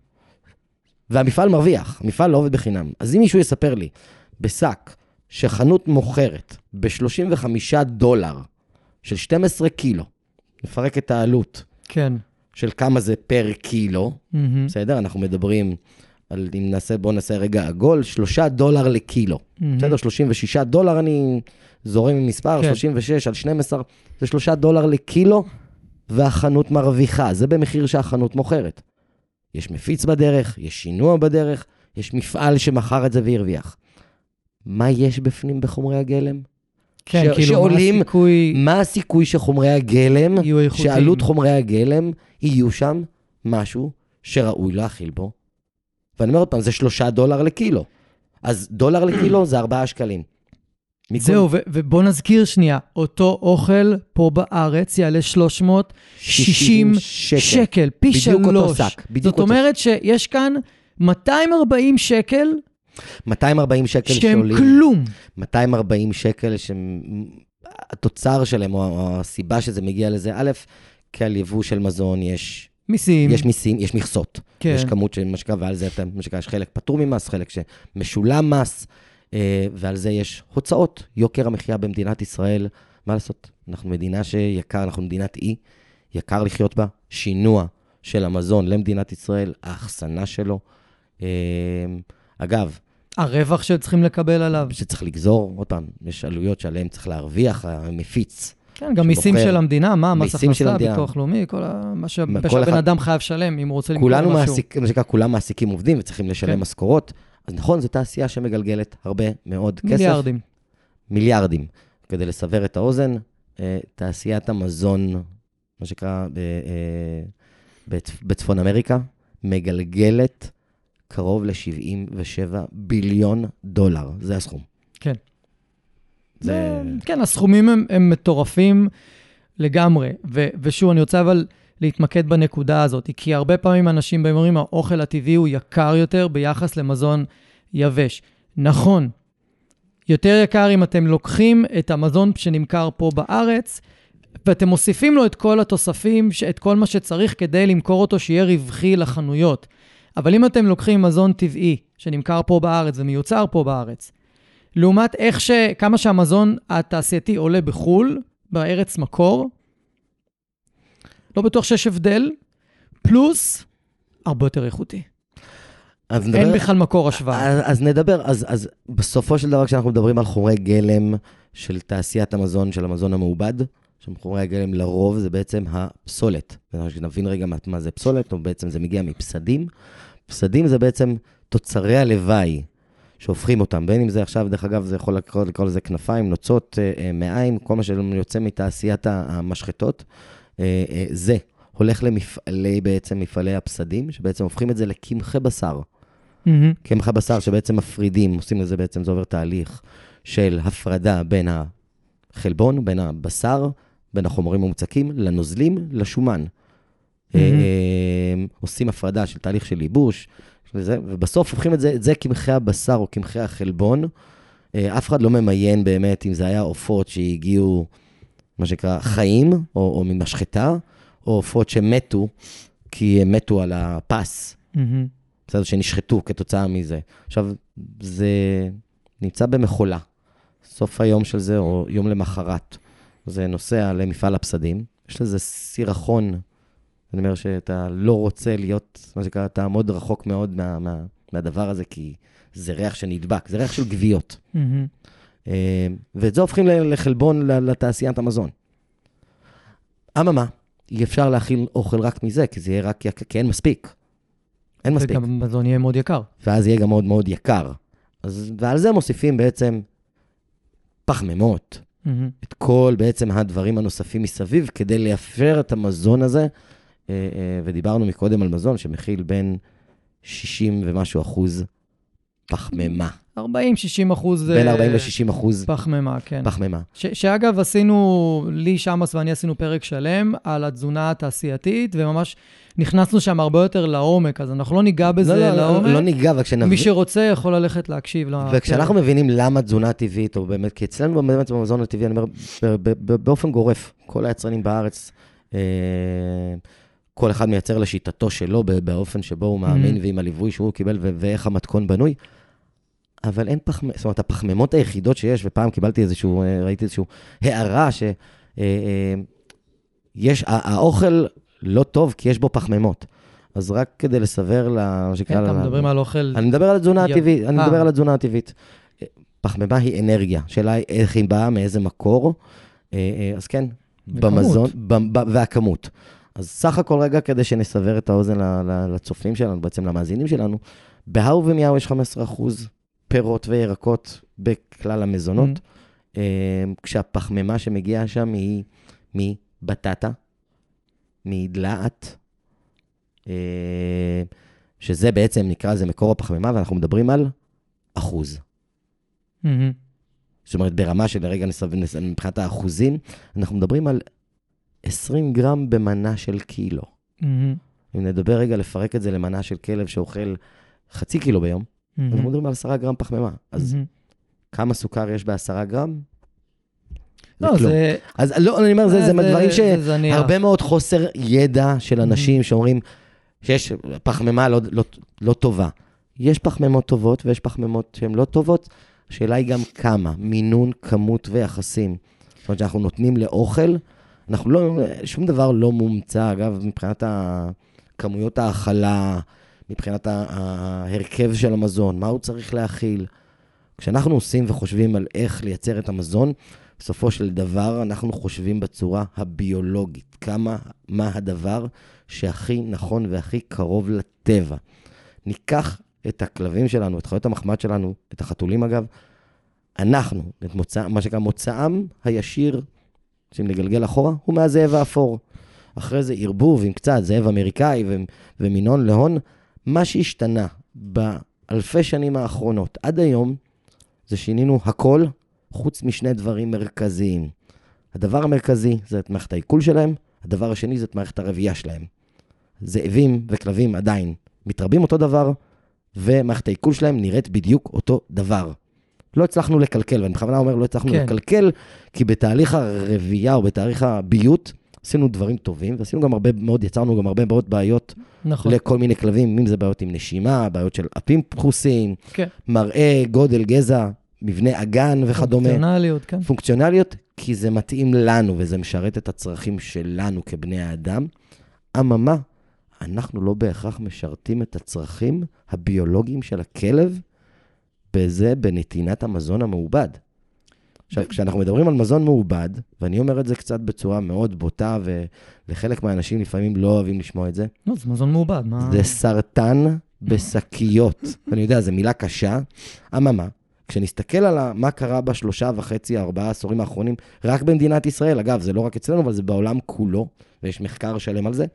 והמפעל מרוויח, המפעל לא עובד בחינם. אז אם מישהו יספר לי, בשק שחנות מוכרת ב-שלושים וחמישה דולר, של שנים עשר קילו, נפרק את העלות, כן. של כמה זה פר קילו, בסדר? אנחנו מדברים על, אם נעשה, בוא נעשה רגע עגול, שלושה דולר לקילו. בסדר? שלושים ושישה דולר, אני זורם עם מספר, שלושים ושש על שנים עשר, זה שלושה דולר לקילו, והחנות מרוויחה. זה במחיר שהחנות מוכרת. יש מפיץ בדרך, יש שינוע בדרך, יש מפעל שמכר את זה והרוויח. מה יש בפנים בחומרי הגלם? כן, ש... כאילו, שעולים, מה הסיכוי... מה הסיכוי שחומרי הגלם, יהיו איכותיים. שעלות חומרי הגלם, יהיו שם משהו שראוי להכיל בו. ואני אומר עוד פעם, זה שלושה דולר לקילו. אז דולר לקילו זה ארבעה שקלים. זהו, ו- ובוא נזכיר שנייה, אותו אוכל פה בארץ יעלה שלוש מאות ושישים שקל, שקל פי בדיוק שלוש. אותו שק, בדיוק זאת אומרת שיש כאן מאתיים וארבעים שקל, מאתיים וארבעים שקל שהם שעולים, כלום. מאתיים וארבעים שקל שהתוצר שלהם, או הסיבה שזה מגיע לזה, א', כי על יבוא של מזון יש... מיסים. יש מיסים, יש מכסות. כן. יש כמות של משקע, ועל זה אתה, משקע, יש חלק פטור ממס, חלק שמשולם מס, ועל זה יש הוצאות. יוקר המחיה במדינת ישראל, מה לעשות? אנחנו מדינה שיקר, אנחנו מדינת אי, יקר לחיות בה, שינוע של המזון למדינת ישראל, האחסנה שלו. אגב, הרווח שצריכים לקבל עליו. שצריך לגזור, עוד פעם, יש עלויות שעליהם צריך להרוויח, המפיץ. כן, גם מיסים של המדינה, מה, מס הכנסה, ביטוח לאומי, כל מה שהבן אדם חייב שלם, אם הוא רוצה למכור משהו. כולנו מעסיקים, כולם מעסיקים עובדים וצריכים לשלם משכורות. אז נכון, זו תעשייה שמגלגלת הרבה מאוד כסף. מיליארדים. מיליארדים. כדי לסבר את האוזן, תעשיית המזון, מה שקרה בצפון אמריקה, מגלגלת קרוב ל-שבעים ושבעה ביליון דולר. זה הסכום. כן. זה... כן, הסכומים הם, הם מטורפים לגמרי. ו, ושוב, אני רוצה אבל להתמקד בנקודה הזאת, כי הרבה פעמים אנשים באים אומרים, האוכל הטבעי הוא יקר יותר ביחס למזון יבש. נכון, יותר יקר אם אתם לוקחים את המזון שנמכר פה בארץ, ואתם מוסיפים לו את כל התוספים, את כל מה שצריך כדי למכור אותו שיהיה רווחי לחנויות. אבל אם אתם לוקחים מזון טבעי שנמכר פה בארץ ומיוצר פה בארץ, לעומת איך ש... כמה שהמזון התעשייתי עולה בחול, בארץ מקור, לא בטוח שיש הבדל, פלוס הרבה יותר איכותי. אז נדבר, אין בכלל מקור השוואה. אז, אז נדבר, אז, אז בסופו של דבר, כשאנחנו מדברים על חומרי גלם של תעשיית המזון, של המזון המעובד, שחומרי הגלם לרוב זה בעצם הפסולת. נבין רגע מה, מה זה פסולת, או בעצם זה מגיע מפסדים. פסדים זה בעצם תוצרי הלוואי, שהופכים אותם, בין אם זה עכשיו, דרך אגב, זה יכול לקרוא, לקרוא לזה כנפיים, נוצות, אה, מעיים, כל מה שיוצא מתעשיית המשחטות, אה, אה, זה הולך למפעלי, בעצם מפעלי הפסדים, שבעצם הופכים את זה לקמחי בשר. Mm-hmm. קמחי בשר שבעצם מפרידים, עושים לזה בעצם, זה עובר תהליך של הפרדה בין החלבון, בין הבשר, בין החומרים המוצקים, לנוזלים, לשומן. Mm-hmm. אה, אה, עושים הפרדה של תהליך של ייבוש, וזה, ובסוף הופכים את זה, את זה כמחי הבשר או כמחי החלבון. אף אחד לא ממיין באמת אם זה היה עופות שהגיעו, מה שנקרא, חיים, או, או ממשחטה, או עופות שמתו, כי הם מתו על הפס. Mm-hmm. בסדר, שנשחטו כתוצאה מזה. עכשיו, זה נמצא במחולה. סוף היום של זה, או יום למחרת. זה נוסע למפעל הפסדים, יש לזה סירחון, אני אומר שאתה לא רוצה להיות, מה שקרה, תעמוד רחוק מאוד מה, מה, מהדבר הזה, כי זה ריח שנדבק, זה ריח של גוויות. Mm-hmm. ואת זה הופכים לחלבון לתעשיית המזון. אממה, אי אפשר להכיל אוכל רק מזה, כי זה יהיה רק, כי אין מספיק. אין מספיק. וגם מזון יהיה מאוד יקר. ואז יהיה גם מאוד מאוד יקר. אז, ועל זה מוסיפים בעצם פחמימות, mm-hmm. את כל בעצם הדברים הנוספים מסביב, כדי לאפשר את המזון הזה, ודיברנו מקודם על מזון שמכיל בין שישים ומשהו אחוז פחמימה. ארבעים שישים אחוז בין ארבעים ל-שישים אחוז פחמימה, כן. פחמימה. ש- שאגב, עשינו, לי שמאס ואני עשינו פרק שלם על התזונה התעשייתית, וממש נכנסנו שם הרבה יותר לעומק, אז אנחנו לא ניגע בזה לא, לעומק. לא, לא ניגע, וכשנבין... מי שרוצה יכול ללכת להקשיב. וכשאנחנו מבינים למה תזונה טבעית, או באמת, כי אצלנו באמת במזון הטבעי, אני אומר, באופן גורף, כל היצרנים בארץ, כל אחד מייצר לשיטתו שלו, באופן שבו הוא מאמין, ועם הליווי שהוא קיבל, ואיך המתכון בנוי. אבל אין פחמימות, זאת אומרת, הפחמימות היחידות שיש, ופעם קיבלתי איזשהו, ראיתי איזשהו הערה, שיש, האוכל לא טוב, כי יש בו פחמימות. אז רק כדי לסבר לה, מה שקרה... אתה מדברים על אוכל... אני מדבר על התזונה הטבעית, אני מדבר על התזונה הטבעית. פחמימה היא אנרגיה, שאלה איך היא באה, מאיזה מקור, אז כן, במזון, והכמות. אז סך הכל רגע, כדי שנסבר את האוזן לצופים שלנו, בעצם למאזינים שלנו, בהאו ומיהו יש חמישה עשר אחוז פירות וירקות בכלל המזונות, mm-hmm. כשהפחמימה שמגיעה שם היא מבטטה, מדלעת, שזה בעצם נקרא, זה מקור הפחמימה, ואנחנו מדברים על אחוז. Mm-hmm. זאת אומרת, ברמה של רגע נסבן, מבחינת האחוזים, אנחנו מדברים על עשרים גרם במנה של קילו. Mm-hmm. אם נדבר רגע לפרק את זה למנה של כלב שאוכל חצי קילו ביום, mm-hmm. אנחנו מדברים על עשרה גרם פחמימה. אז mm-hmm. כמה סוכר יש בעשרה גרם? לא, זה... זה... אז לא, אני אומר, זה, זה, זה דברים שהרבה מאוד חוסר ידע של אנשים mm-hmm. שאומרים שיש פחמימה לא, לא, לא טובה. יש פחמימות טובות ויש פחמימות שהן לא טובות. השאלה היא גם כמה, מינון, כמות ויחסים. זאת אומרת שאנחנו נותנים לאוכל, אנחנו לא, שום דבר לא מומצא, אגב, מבחינת כמויות האכלה, מבחינת ההרכב של המזון, מה הוא צריך להכיל. כשאנחנו עושים וחושבים על איך לייצר את המזון, בסופו של דבר אנחנו חושבים בצורה הביולוגית, כמה, מה הדבר שהכי נכון והכי קרוב לטבע. ניקח את הכלבים שלנו, את חיות המחמד שלנו, את החתולים אגב, אנחנו, את מוצא, מה שקרה מוצאם הישיר, שאם נגלגל אחורה, הוא מהזאב האפור. אחרי זה ערבוב עם קצת זאב אמריקאי ו- ומינון להון, מה שהשתנה באלפי שנים האחרונות עד היום, זה שינינו הכל, חוץ משני דברים מרכזיים. הדבר המרכזי זה את מערכת העיכול שלהם, הדבר השני זה את מערכת הרבייה שלהם. זאבים וכלבים עדיין מתרבים אותו דבר, ומערכת העיכול שלהם נראית בדיוק אותו דבר. לא הצלחנו לקלקל, ואני בכוונה אומר לא הצלחנו כן. לקלקל, כי בתהליך הרבייה או בתהליך הביות, עשינו דברים טובים, ועשינו גם הרבה מאוד, יצרנו גם הרבה מאוד בעיות נכון. לכל מיני כלבים, אם זה בעיות עם נשימה, בעיות של אפים פחוסים, כן. מראה, גודל, גזע, מבנה אגן וכדומה. פונקציונליות, כן. פונקציונליות, כי זה מתאים לנו, וזה משרת את הצרכים שלנו כבני האדם. אממה, אנחנו לא בהכרח משרתים את הצרכים הביולוגיים של הכלב, בזה בנתינת המזון המעובד. עכשיו, כשאנחנו מדברים על מזון מעובד, ואני אומר את זה קצת בצורה מאוד בוטה, ולחלק מהאנשים לפעמים לא אוהבים לשמוע את זה. לא, זה מזון מעובד. מה... זה סרטן בשקיות. אני יודע, זו מילה קשה. אממה, כשנסתכל על מה קרה בשלושה וחצי, ארבעה עשורים האחרונים, רק במדינת ישראל, אגב, זה לא רק אצלנו, אבל זה בעולם כולו, ויש מחקר שלם על זה.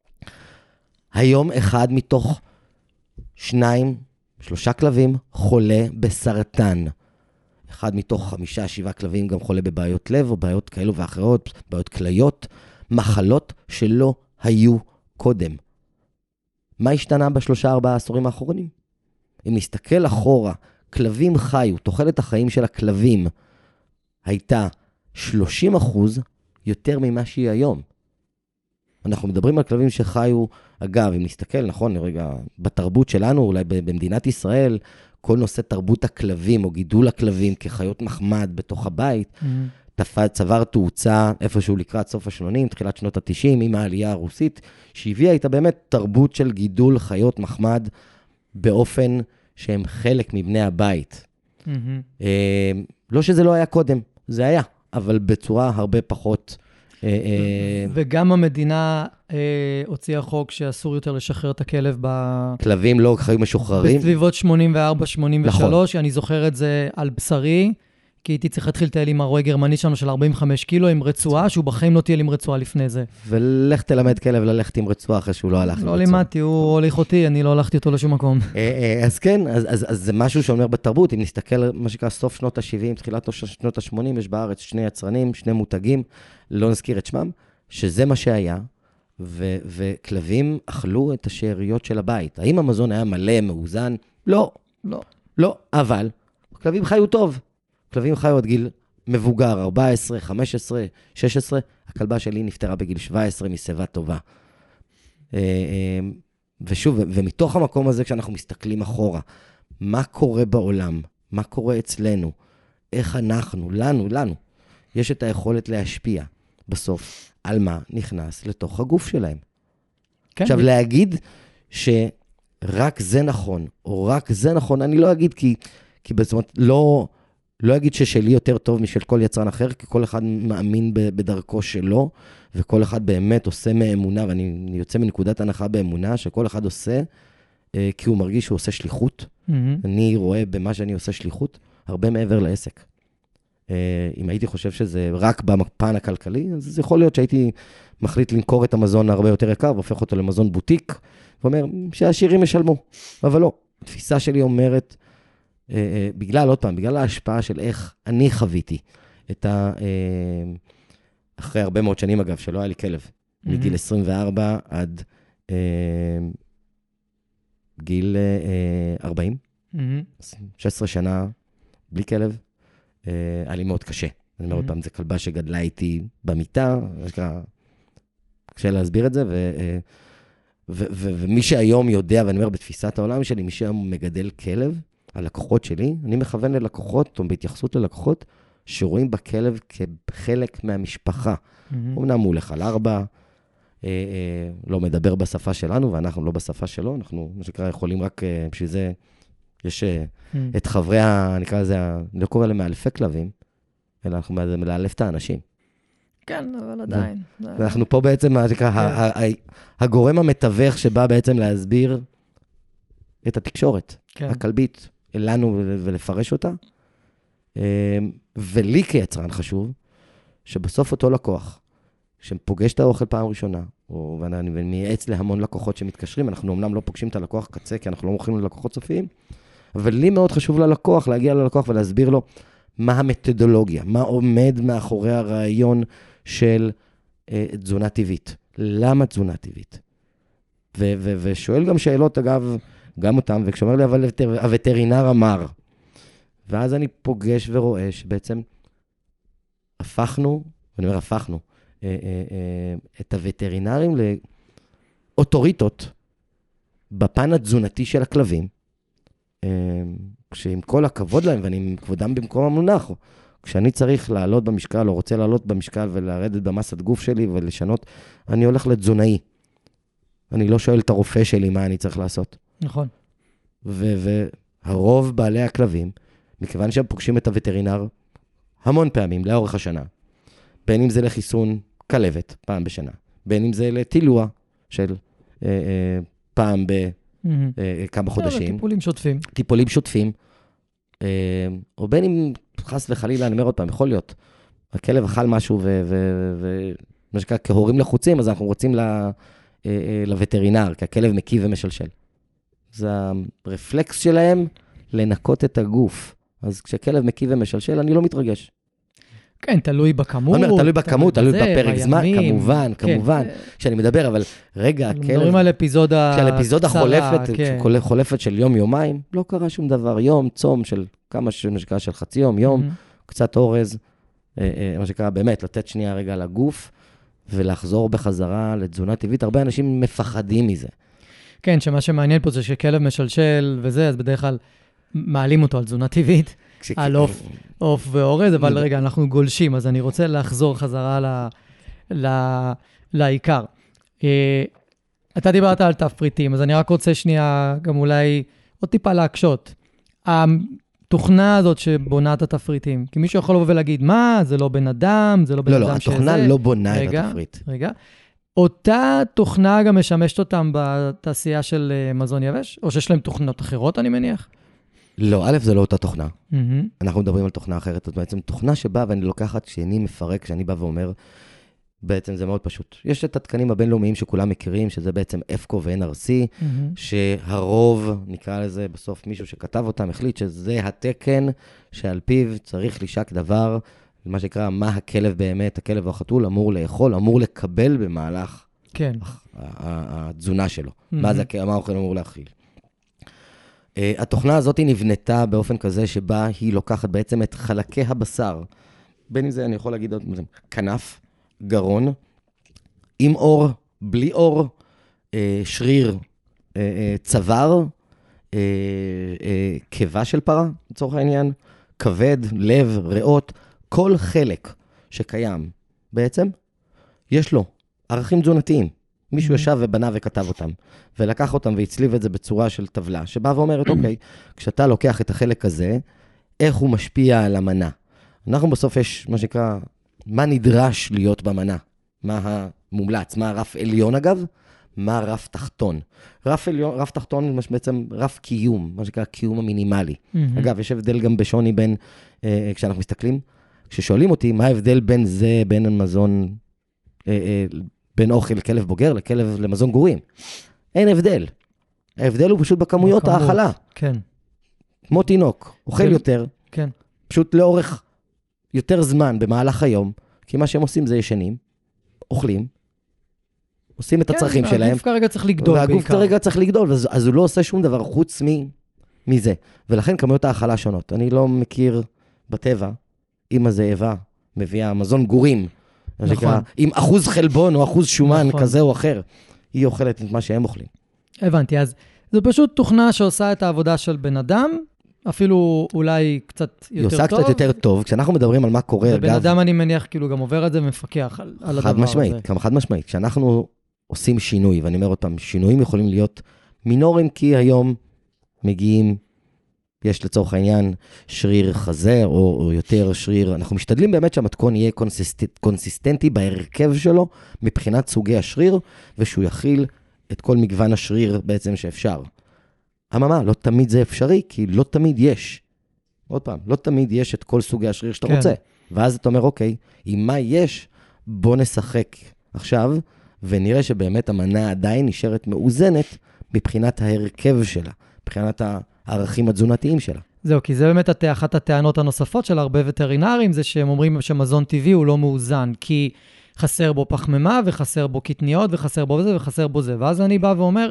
היום אחד מתוך שניים, שלושה כלבים חולה בסרטן. אחד מתוך חמישה, שבעה כלבים גם חולה בבעיות לב, או בעיות כאלו ואחרות, בעיות כליות, מחלות שלא היו קודם. מה השתנה בשלושה, ארבעה עשורים האחרונים? אם נסתכל אחורה, כלבים חיו, תוחלת החיים של הכלבים הייתה שלושים אחוז יותר ממה שהיא היום. אנחנו מדברים על כלבים שחיו, אגב, אם נסתכל, נכון, רגע, בתרבות שלנו, אולי במדינת ישראל, כל נושא תרבות הכלבים או גידול הכלבים כחיות מחמד בתוך הבית, mm-hmm. צבר תאוצה איפשהו לקראת סוף השמונים, תחילת שנות ה-תשעים, עם העלייה הרוסית, שהביאה איתה באמת תרבות של גידול חיות מחמד, באופן שהם חלק מבני הבית. Mm-hmm. לא שזה לא היה קודם, זה היה, אבל בצורה הרבה פחות... וגם המדינה הוציאה חוק שאסור יותר לשחרר את הכלב ב... כלבים לא חיו משוחררים. בסביבות שמונים וארבע שמונים ושלוש, אני זוכר את זה על בשרי, כי הייתי צריך להתחיל לטייל עם הרועה גרמני שלנו של ארבעים וחמש קילו עם רצועה, שהוא בחיים לא טייל עם רצועה לפני זה. ולך תלמד כלב ללכת עם רצועה אחרי שהוא לא הלך עם רצועה. לא לימדתי, הוא הוליך אותי, אני לא הלכתי אותו לשום מקום. אז כן, אז זה משהו שאומר בתרבות, אם נסתכל מה שקרה סוף שנות ה-שבעים, תחילת שנות ה-שמונים, יש בארץ שני יצרנים, שני מותגים, לא נזכיר את שמם, שזה מה שהיה, וכלבים אכלו את השאריות של הבית. האם המזון היה מלא, מאוזן? לא. לא. לא, אבל כלבים חיו טוב. כלבים חיו עד גיל מבוגר, ארבע עשרה, חמש עשרה, שש עשרה. הכלבה שלי נפטרה בגיל שבע עשרה משיבה טובה. ושוב, ומתוך המקום הזה, כשאנחנו מסתכלים אחורה, מה קורה בעולם? מה קורה אצלנו? איך אנחנו, לנו, לנו, יש את היכולת להשפיע בסוף על מה נכנס לתוך הגוף שלהם. כן. עכשיו, להגיד שרק זה נכון, או רק זה נכון, אני לא אגיד כי, כי זאת אומרת, לא... לא אגיד ששלי יותר טוב משל כל יצרן אחר, כי כל אחד מאמין בדרכו שלו, וכל אחד באמת עושה מאמונה, ואני יוצא מנקודת הנחה באמונה, שכל אחד עושה, כי הוא מרגיש שהוא עושה שליחות. Mm-hmm. אני רואה במה שאני עושה שליחות, הרבה מעבר לעסק. אם הייתי חושב שזה רק בפן הכלכלי, אז זה יכול להיות שהייתי מחליט למכור את המזון הרבה יותר יקר, והופך אותו למזון בוטיק, ואומר שהעשירים ישלמו. אבל לא, התפיסה שלי אומרת, Uh, uh, בגלל, עוד פעם, בגלל ההשפעה של איך אני חוויתי את ה... Uh, אחרי הרבה מאוד שנים, אגב, שלא היה לי כלב, mm-hmm. מגיל עשרים וארבע עד uh, גיל uh, ארבעים, mm-hmm. שש עשרה שנה בלי כלב, uh, היה לי מאוד קשה. Mm-hmm. אני אומר עוד פעם, זה כלבה שגדלה איתי במיטה, קשה להסביר את זה, ו... Uh, ו- ו- ומי שהיום יודע, ואני אומר בתפיסת העולם שלי, מי שהיום מגדל כלב, הלקוחות שלי, אני מכוון ללקוחות, או בהתייחסות ללקוחות, שרואים בכלב כחלק מהמשפחה. Mm-hmm. אמנם הוא הולך על ארבע, אה, אה, לא מדבר בשפה שלנו, ואנחנו לא בשפה שלו, אנחנו, מה שקרה, יכולים רק, אה, בשביל זה, יש אה, mm-hmm. את חברי, ה, נקרא לזה, אני לא קורא להם מאלפי כלבים, אלא אנחנו מאלף את האנשים. כן, אבל עדיין. אנחנו פה בעצם, מה שקרה, הגורם המתווך שבא בעצם להסביר את התקשורת, הכלבית, לנו ולפרש אותה. ולי כיצרן חשוב, שבסוף אותו לקוח, שפוגש את האוכל פעם ראשונה, ואני מייעץ להמון לקוחות שמתקשרים, אנחנו אמנם לא פוגשים את הלקוח קצה, כי אנחנו לא מוכרים ללקוחות סופיים, אבל לי מאוד חשוב ללקוח, להגיע ללקוח ולהסביר לו מה המתודולוגיה, מה עומד מאחורי הרעיון של אה, תזונה טבעית. למה תזונה טבעית? ו- ו- ושואל גם שאלות, אגב, גם אותם, וכשאומר לי, אבל הווטרינר אמר. ואז אני פוגש ורואה שבעצם הפכנו, ואני אומר, הפכנו, אה, אה, אה, את הווטרינרים לאוטוריטות בפן התזונתי של הכלבים, אה, שעם כל הכבוד להם, ואני עם כבודם במקום המונח, כשאני צריך לעלות במשקל, או רוצה לעלות במשקל ולרדת במסת גוף שלי ולשנות, אני הולך לתזונאי. אני לא שואל את הרופא שלי מה אני צריך לעשות. נכון. והרוב בעלי הכלבים, מכיוון שהם פוגשים את הווטרינר המון פעמים לאורך השנה, בין אם זה לחיסון כלבת, פעם בשנה, בין אם זה לטילוע של אה, אה, פעם בכמה חודשים. טיפולים שוטפים. טיפולים שוטפים. אה, או בין אם חס וחלילה, אני אומר עוד פעם, יכול להיות, הכלב אכל משהו ומה שקרה כהורים לחוצים, אז אנחנו רוצים לווטרינר, כי הכלב מקיא ומשלשל. זה הרפלקס שלהם לנקות את הגוף. אז כשכלב מקיא ומשלשל, אני לא מתרגש. כן, תלוי בכמות. אני אומר, תלוי בכמות, תלוי בפרק זמן, כמובן, כמובן, כשאני מדבר, אבל רגע, הכלב... מדברים על אפיזודה קצרה. כשהאפיזודה חולפת של יום-יומיים, לא קרה שום דבר, יום, צום של כמה שקרה של חצי יום, יום, קצת אורז, מה שקרה באמת, לתת שנייה רגע לגוף, ולחזור בחזרה לתזונה טבעית. הרבה אנשים מפחדים מזה. כן, שמה שמעניין פה זה שכלב משלשל וזה, אז בדרך כלל מעלים אותו על תזונה טבעית. על עוף, עוף ואורז, אבל רגע, אנחנו גולשים, אז אני רוצה לחזור חזרה ל, ל, לעיקר. אתה דיברת על תפריטים, אז אני רק רוצה שנייה, גם אולי עוד טיפה להקשות. התוכנה הזאת שבונה את התפריטים, כי מישהו יכול לבוא ולהגיד, מה, זה לא בן אדם, זה לא בן לא, אדם לא, שזה... התוכנה לא בונה רגע, את התפריט. רגע, אותה תוכנה גם משמשת אותם בתעשייה של מזון יבש, או שיש להם תוכנות אחרות, אני מניח? לא, א', זה לא אותה תוכנה. Mm-hmm. אנחנו מדברים על תוכנה אחרת, זאת בעצם תוכנה שבאה ואני לוקחת, כשאני מפרק, כשאני בא ואומר, בעצם זה מאוד פשוט. יש את התקנים הבינלאומיים שכולם מכירים, שזה בעצם אפקו ו-אן אר סי, mm-hmm. שהרוב, נקרא לזה, בסוף מישהו שכתב אותם, החליט שזה התקן שעל פיו צריך לשק דבר, מה שנקרא, מה הכלב באמת, הכלב או החתול אמור לאכול, אמור לקבל במהלך כן. התזונה שלו. Mm-hmm. מה זה, מה האוכל אמור להכיל. Uh, התוכנה הזאת נבנתה באופן כזה שבה היא לוקחת בעצם את חלקי הבשר, בין אם זה, אני יכול להגיד עוד, כנף, גרון, עם אור, בלי אור, אה, שריר, אה, אה, צוואר, אה, אה, קיבה של פרה, לצורך העניין, כבד, לב, ריאות, כל חלק שקיים בעצם, יש לו ערכים תזונתיים. מישהו ישב ובנה וכתב אותם, ולקח אותם והצליב את זה בצורה של טבלה, שבאה ואומרת, אוקיי, כשאתה לוקח את החלק הזה, איך הוא משפיע על המנה? אנחנו בסוף יש, מה שנקרא, מה נדרש להיות במנה? מה המומלץ? מה הרף עליון אגב? מה הרף תחתון? רף עליון, רף תחתון זה בעצם רף קיום, מה שנקרא קיום המינימלי. Mm-hmm. אגב, יש הבדל גם בשוני בין, אה, כשאנחנו מסתכלים, כששואלים אותי, מה ההבדל בין זה, בין המזון, אה, אה, בין אוכל לכלב בוגר לכלב למזון גורים? אין הבדל. ההבדל הוא פשוט בכמויות בכמות, האכלה. כן. כמו תינוק, אוכל כן. יותר. כן. פשוט לאורך יותר זמן במהלך היום, כי מה שהם עושים זה ישנים, אוכלים, עושים את הצרכים שלהם. והגוף כרגע צריך לגדול בעיקר. והגוף כרגע צריך לגדול, אז הוא לא עושה שום דבר חוץ מזה. ולכן כמויות האכלה שונות. אני לא מכיר בטבע, אמא זאבה מביאה מזון גורים, נכון. עם אחוז חלבון או אחוז שומן נכון. כזה או אחר, היא אוכלת את מה שהם אוכלים. הבנתי, אז זו פשוט תוכנה שעושה את העבודה של בן אדם, אפילו אולי קצת יותר טוב. היא עושה קצת יותר טוב, כשאנחנו מדברים על מה קורה, ובן אדם אני מניח כאילו גם עובר את זה ומפקח על, על הדבר משמעית, הזה. חד משמעית, כשאנחנו עושים שינוי, ואני אומר עוד פעם, שינויים יכולים להיות מינוריים, כי היום מגיעים, יש לצורך העניין שריר חזה, או, או יותר שריר, אנחנו משתדלים באמת שהמתכון יהיה קונסיסט, קונסיסטנטי בהרכב שלו, מבחינת סוגי השריר, ושהוא יכיל את כל מגוון השריר בעצם שאפשר. אממה, לא תמיד זה אפשרי, כי לא תמיד יש. עוד פעם, לא תמיד יש את כל סוגי השריר שאתה כן. רוצה. ואז אתה אומר, אוקיי, עם מה יש, בוא נשחק עכשיו, ונראה שבאמת המנה עדיין נשארת מאוזנת, מבחינת ההרכב שלה, מבחינת הערכים התזונתיים שלה. זהו, כי זה באמת אחת הטענות הנוספות של הרבה וטרינרים, זה שהם אומרים שמזון טבעי הוא לא מאוזן, כי חסר בו פחמימה, וחסר בו קטניות, וחסר בו זה, וחסר בו זה. ואז אני בא ואומר,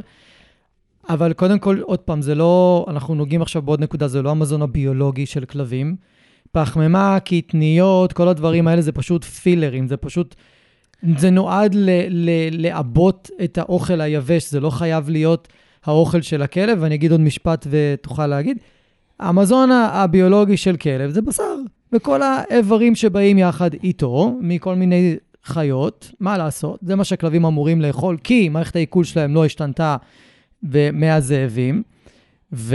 אבל קודם כל, עוד פעם, זה לא, אנחנו נוגעים עכשיו בעוד נקודה, זה לא המזון הביולוגי של כלבים. פחמימה, קטניות, כל הדברים האלה, זה פשוט פילרים, זה פשוט, זה נועד ל, ל, לעבות את האוכל היבש, זה לא חייב להיות האוכל של הכלב, ואני אגיד עוד משפט ותוכל להגיד, המזון הביולוגי של כלב זה בשר, וכל האיברים שבאים יחד איתו, מכל מיני חיות, מה לעשות? זה מה שהכלבים אמורים לאכול, כי מערכת העיכול שלהם לא השתנתה, ומהזאבים, ו...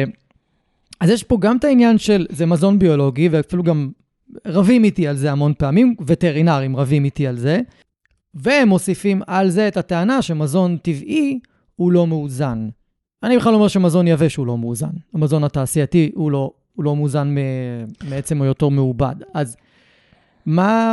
אז יש פה גם את העניין של, זה מזון ביולוגי, ואפילו גם רבים איתי על זה המון פעמים, וטרינרים רבים איתי על זה, והם מוסיפים על זה את הטענה שמזון טבעי הוא לא מאוזן. אני בכלל אומר שמזון יבש הוא לא מאוזן. המזון התעשייתי הוא לא, הוא לא מאוזן מעצם היותו מעובד. אז מה...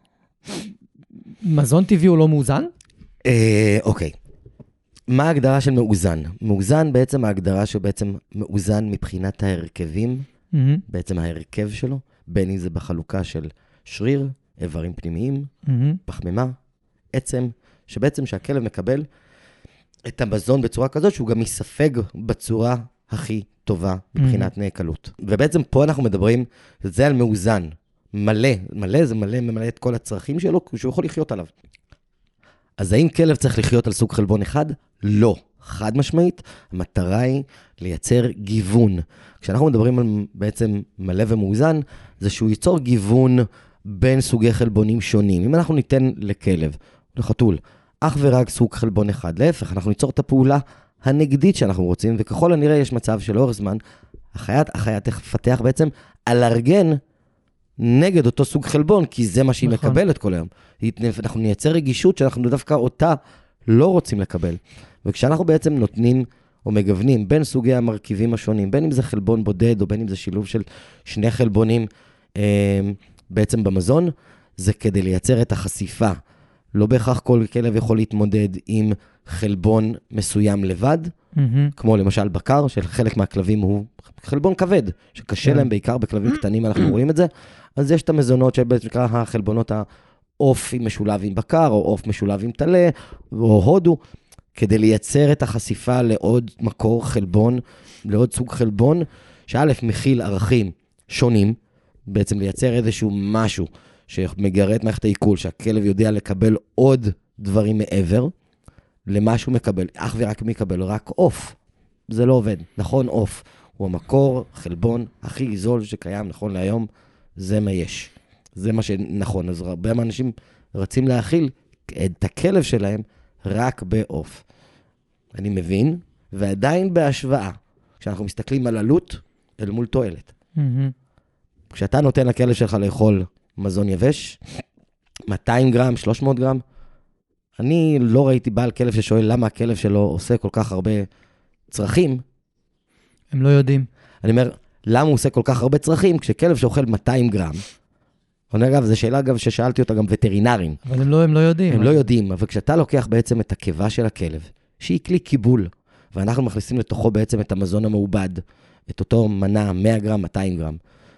מזון טבעי הוא לא מאוזן? אוקיי. מה ההגדרה של מאוזן? מאוזן בעצם ההגדרה שבעצם מאוזן מבחינת ההרכבים, mm-hmm. בעצם ההרכב שלו, בין אם זה בחלוקה של שריר, איברים פנימיים, mm-hmm. פחמימה, עצם, שבעצם שהכלב מקבל את המזון בצורה כזאת, שהוא גם מספג בצורה הכי טובה מבחינת mm-hmm. נעקלות. ובעצם פה אנחנו מדברים, זה על מאוזן, מלא, מלא זה מלא, ממלא את כל הצרכים שלו, שהוא יכול לחיות עליו. אז האם כלב צריך לחיות על סוג חלבון אחד? לא, חד משמעית, המטרה היא לייצר גיוון. כשאנחנו מדברים על בעצם מלא ומאוזן, זה שהוא ייצור גיוון בין סוגי חלבונים שונים. אם אנחנו ניתן לכלב, לחתול, אך ורק סוג חלבון אחד, להפך, אנחנו ניצור את הפעולה הנגדית שאנחנו רוצים, וככל הנראה יש מצב שלאורך זמן, החיית, החיית תפתח בעצם אלרגן נגד אותו סוג חלבון, כי זה מה שהיא נכון. מקבלת כל היום. אנחנו נייצר רגישות שאנחנו דווקא אותה לא רוצים לקבל. וכשאנחנו בעצם נותנים או מגוונים בין סוגי המרכיבים השונים, בין אם זה חלבון בודד או בין אם זה שילוב של שני חלבונים אה, בעצם במזון, זה כדי לייצר את החשיפה. לא בהכרח כל כלב יכול להתמודד עם חלבון מסוים לבד, mm-hmm. כמו למשל בקר, שחלק מהכלבים הוא חלבון כבד, שקשה yeah. להם בעיקר בכלבים קטנים, אנחנו רואים את זה. אז יש את המזונות שבעצם נקרא החלבונות העוף משולב עם בקר, או עוף משולב עם טלה, או הודו, כדי לייצר את החשיפה לעוד מקור חלבון, לעוד סוג חלבון, שא' מכיל ערכים שונים, בעצם לייצר איזשהו משהו, שמגרה את מערכת העיכול, שהכלב יודע לקבל עוד דברים מעבר, למה שהוא מקבל, אך ורק מי יקבל, רק עוף. זה לא עובד, נכון, עוף. הוא המקור, חלבון, הכי זול שקיים, נכון להיום, זה מה יש. זה מה שנכון. אז הרבה מהאנשים רצים להאכיל את הכלב שלהם רק בעוף. אני מבין, ועדיין בהשוואה, כשאנחנו מסתכלים על עלות, אל מול תועלת. Mm-hmm. כשאתה נותן לכלב שלך לאכול מזון יבש, מאתיים גרם, שלוש מאות גרם, אני לא ראיתי בעל כלב ששואל למה הכלב שלו עושה כל כך הרבה צרכים. הם לא יודעים. אני אומר, למה הוא עושה כל כך הרבה צרכים, כשכלב שאוכל מאתיים גרם, אגב, זו שאלה אגב ששאלתי אותה גם וטרינרים. אבל הם לא, הם לא יודעים. הם אבל... לא יודעים, אבל כשאתה לוקח בעצם את הקיבה של הכלב, שהיא כלי קיבול, ואנחנו מכניסים לתוכו בעצם את המזון המעובד, את אותו מנה מאה גרם, מאתיים גרם,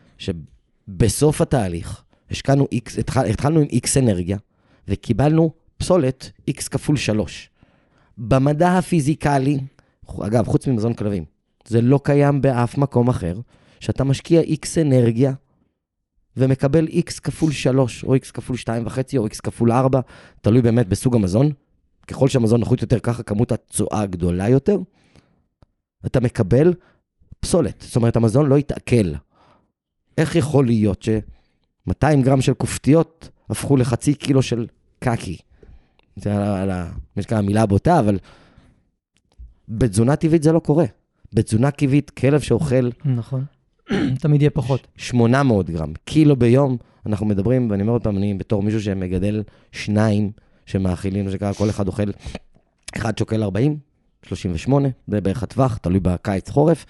שבסוף התהליך, השקענו X, התחל, התחלנו עם X אנרגיה, וקיבלנו פסולת X כפול שלוש. במדע הפיזיקלי, אגב, חוץ ממזון כלבים, זה לא קיים באף מקום אחר, שאתה משקיע X אנרגיה, ומקבל X כפול שלוש, או X כפול שתיים וחצי, או X כפול ארבע, תלוי באמת בסוג המזון. ככל שהמזון נחות יותר, ככה כמות הצועה גדולה יותר, אתה מקבל פסולת. זאת אומרת, המזון לא יתעכל. איך יכול להיות ש-מאתיים גרם של כופתיות הפכו לחצי קילו של קקי? זה על המילה הבוטה, אבל בתזונה טבעית זה לא קורה. בתזונה טבעית, כלב שאוכל... נכון. תמיד יהיה פחות. שמונה מאות גרם. קילו ביום, אנחנו מדברים, ואני אומר עוד פעם, אני בתור מישהו שמגדל שניים, שמאכילים, שקרה, כל אחד אוכל, אחד שוקל ארבעים, שלושים ושמונה, זה בערך הטווח, תלוי בקיץ חורף,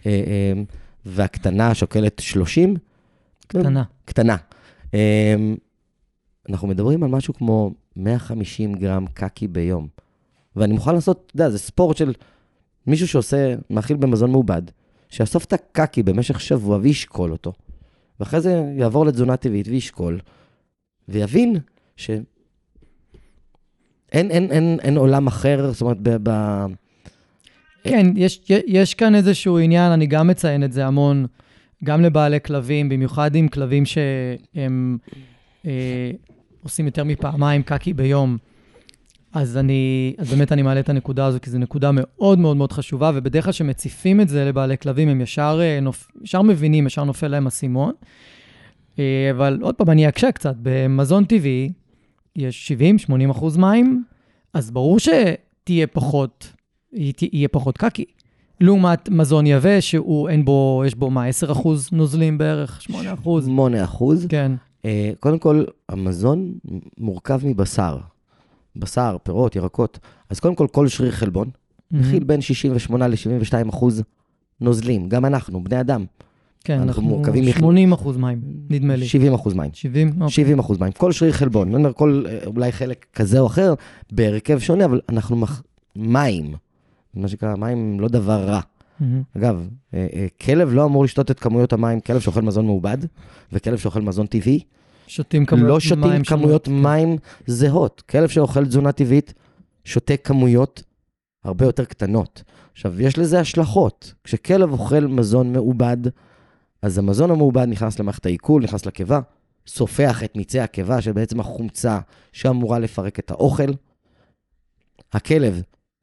והקטנה שוקלת שלושים. קטנה. קטנה. אנחנו מדברים על משהו כמו מאה וחמישים גרם קקי ביום. ואני מוכן לעשות, אתה יודע, זה ספורט של מישהו שעושה, מאכיל במזון מעובד, שיאסוף את הקקי במשך שבוע וישקול אותו, ואחרי זה יעבור לתזונה טבעית וישקול, ויבין שאין אין, אין, אין עולם אחר, זאת אומרת, ב... ב... כן, יש, יש כאן איזשהו עניין, אני גם מציין את זה המון, גם לבעלי כלבים, במיוחד עם כלבים שהם אה, עושים יותר מפעמיים קקי ביום, אז אני, אז באמת אני מעלה את הנקודה הזו, כי זו נקודה מאוד מאוד מאוד חשובה, ובדרך כלל שמציפים את זה לבעלי כלבים, הם ישר, נופ, ישר מבינים, ישר נופל להם הסימון. אבל עוד פעם, אני אקשה קצת, במזון טבעי, יש שבעים שמונים אחוז מים, אז ברור שתהיה פחות, יהיה פחות קקי. לעומת מזון יבש, שהוא אין בו, יש בו מה, עשרה אחוז נוזלים בערך, שמונה אחוז. שמונה אחוז? כן. קודם כל, המזון מורכב מבשר. בשר, פירות, ירקות. אז קודם כל, כל שריר חלבון, מכיל בין שישים ושמונה ל-שבעים ושתיים אחוז נוזלים. גם אנחנו, בני אדם. כן, אנחנו שמונים אחוז מים, נדמה לי. שבעים אחוז מים. שבעים? שבעים אחוז מים. כל שריר חלבון. אני אומר, כל, אולי חלק כזה או אחר, בהרכב שונה, אבל אנחנו מח... מים. מה שקרה, מים לא דבר רע. אגב, כלב לא אמור לשתות את כמויות המים, כלב שאוכל מזון מעובד, וכלב שאוכל מזון טבעי, שותים כמויות לא שותים מים כמויות שונות. מים זהות. כלב שאוכל תזונה טבעית, שותה כמויות הרבה יותר קטנות. עכשיו, יש לזה השלכות. כשכלב אוכל מזון מעובד, אז המזון המעובד נכנס למערכת העיכול, נכנס לקיבה, סופח את מיצי הקיבה, שבעצם החומצה שאמורה לפרק את האוכל. הכלב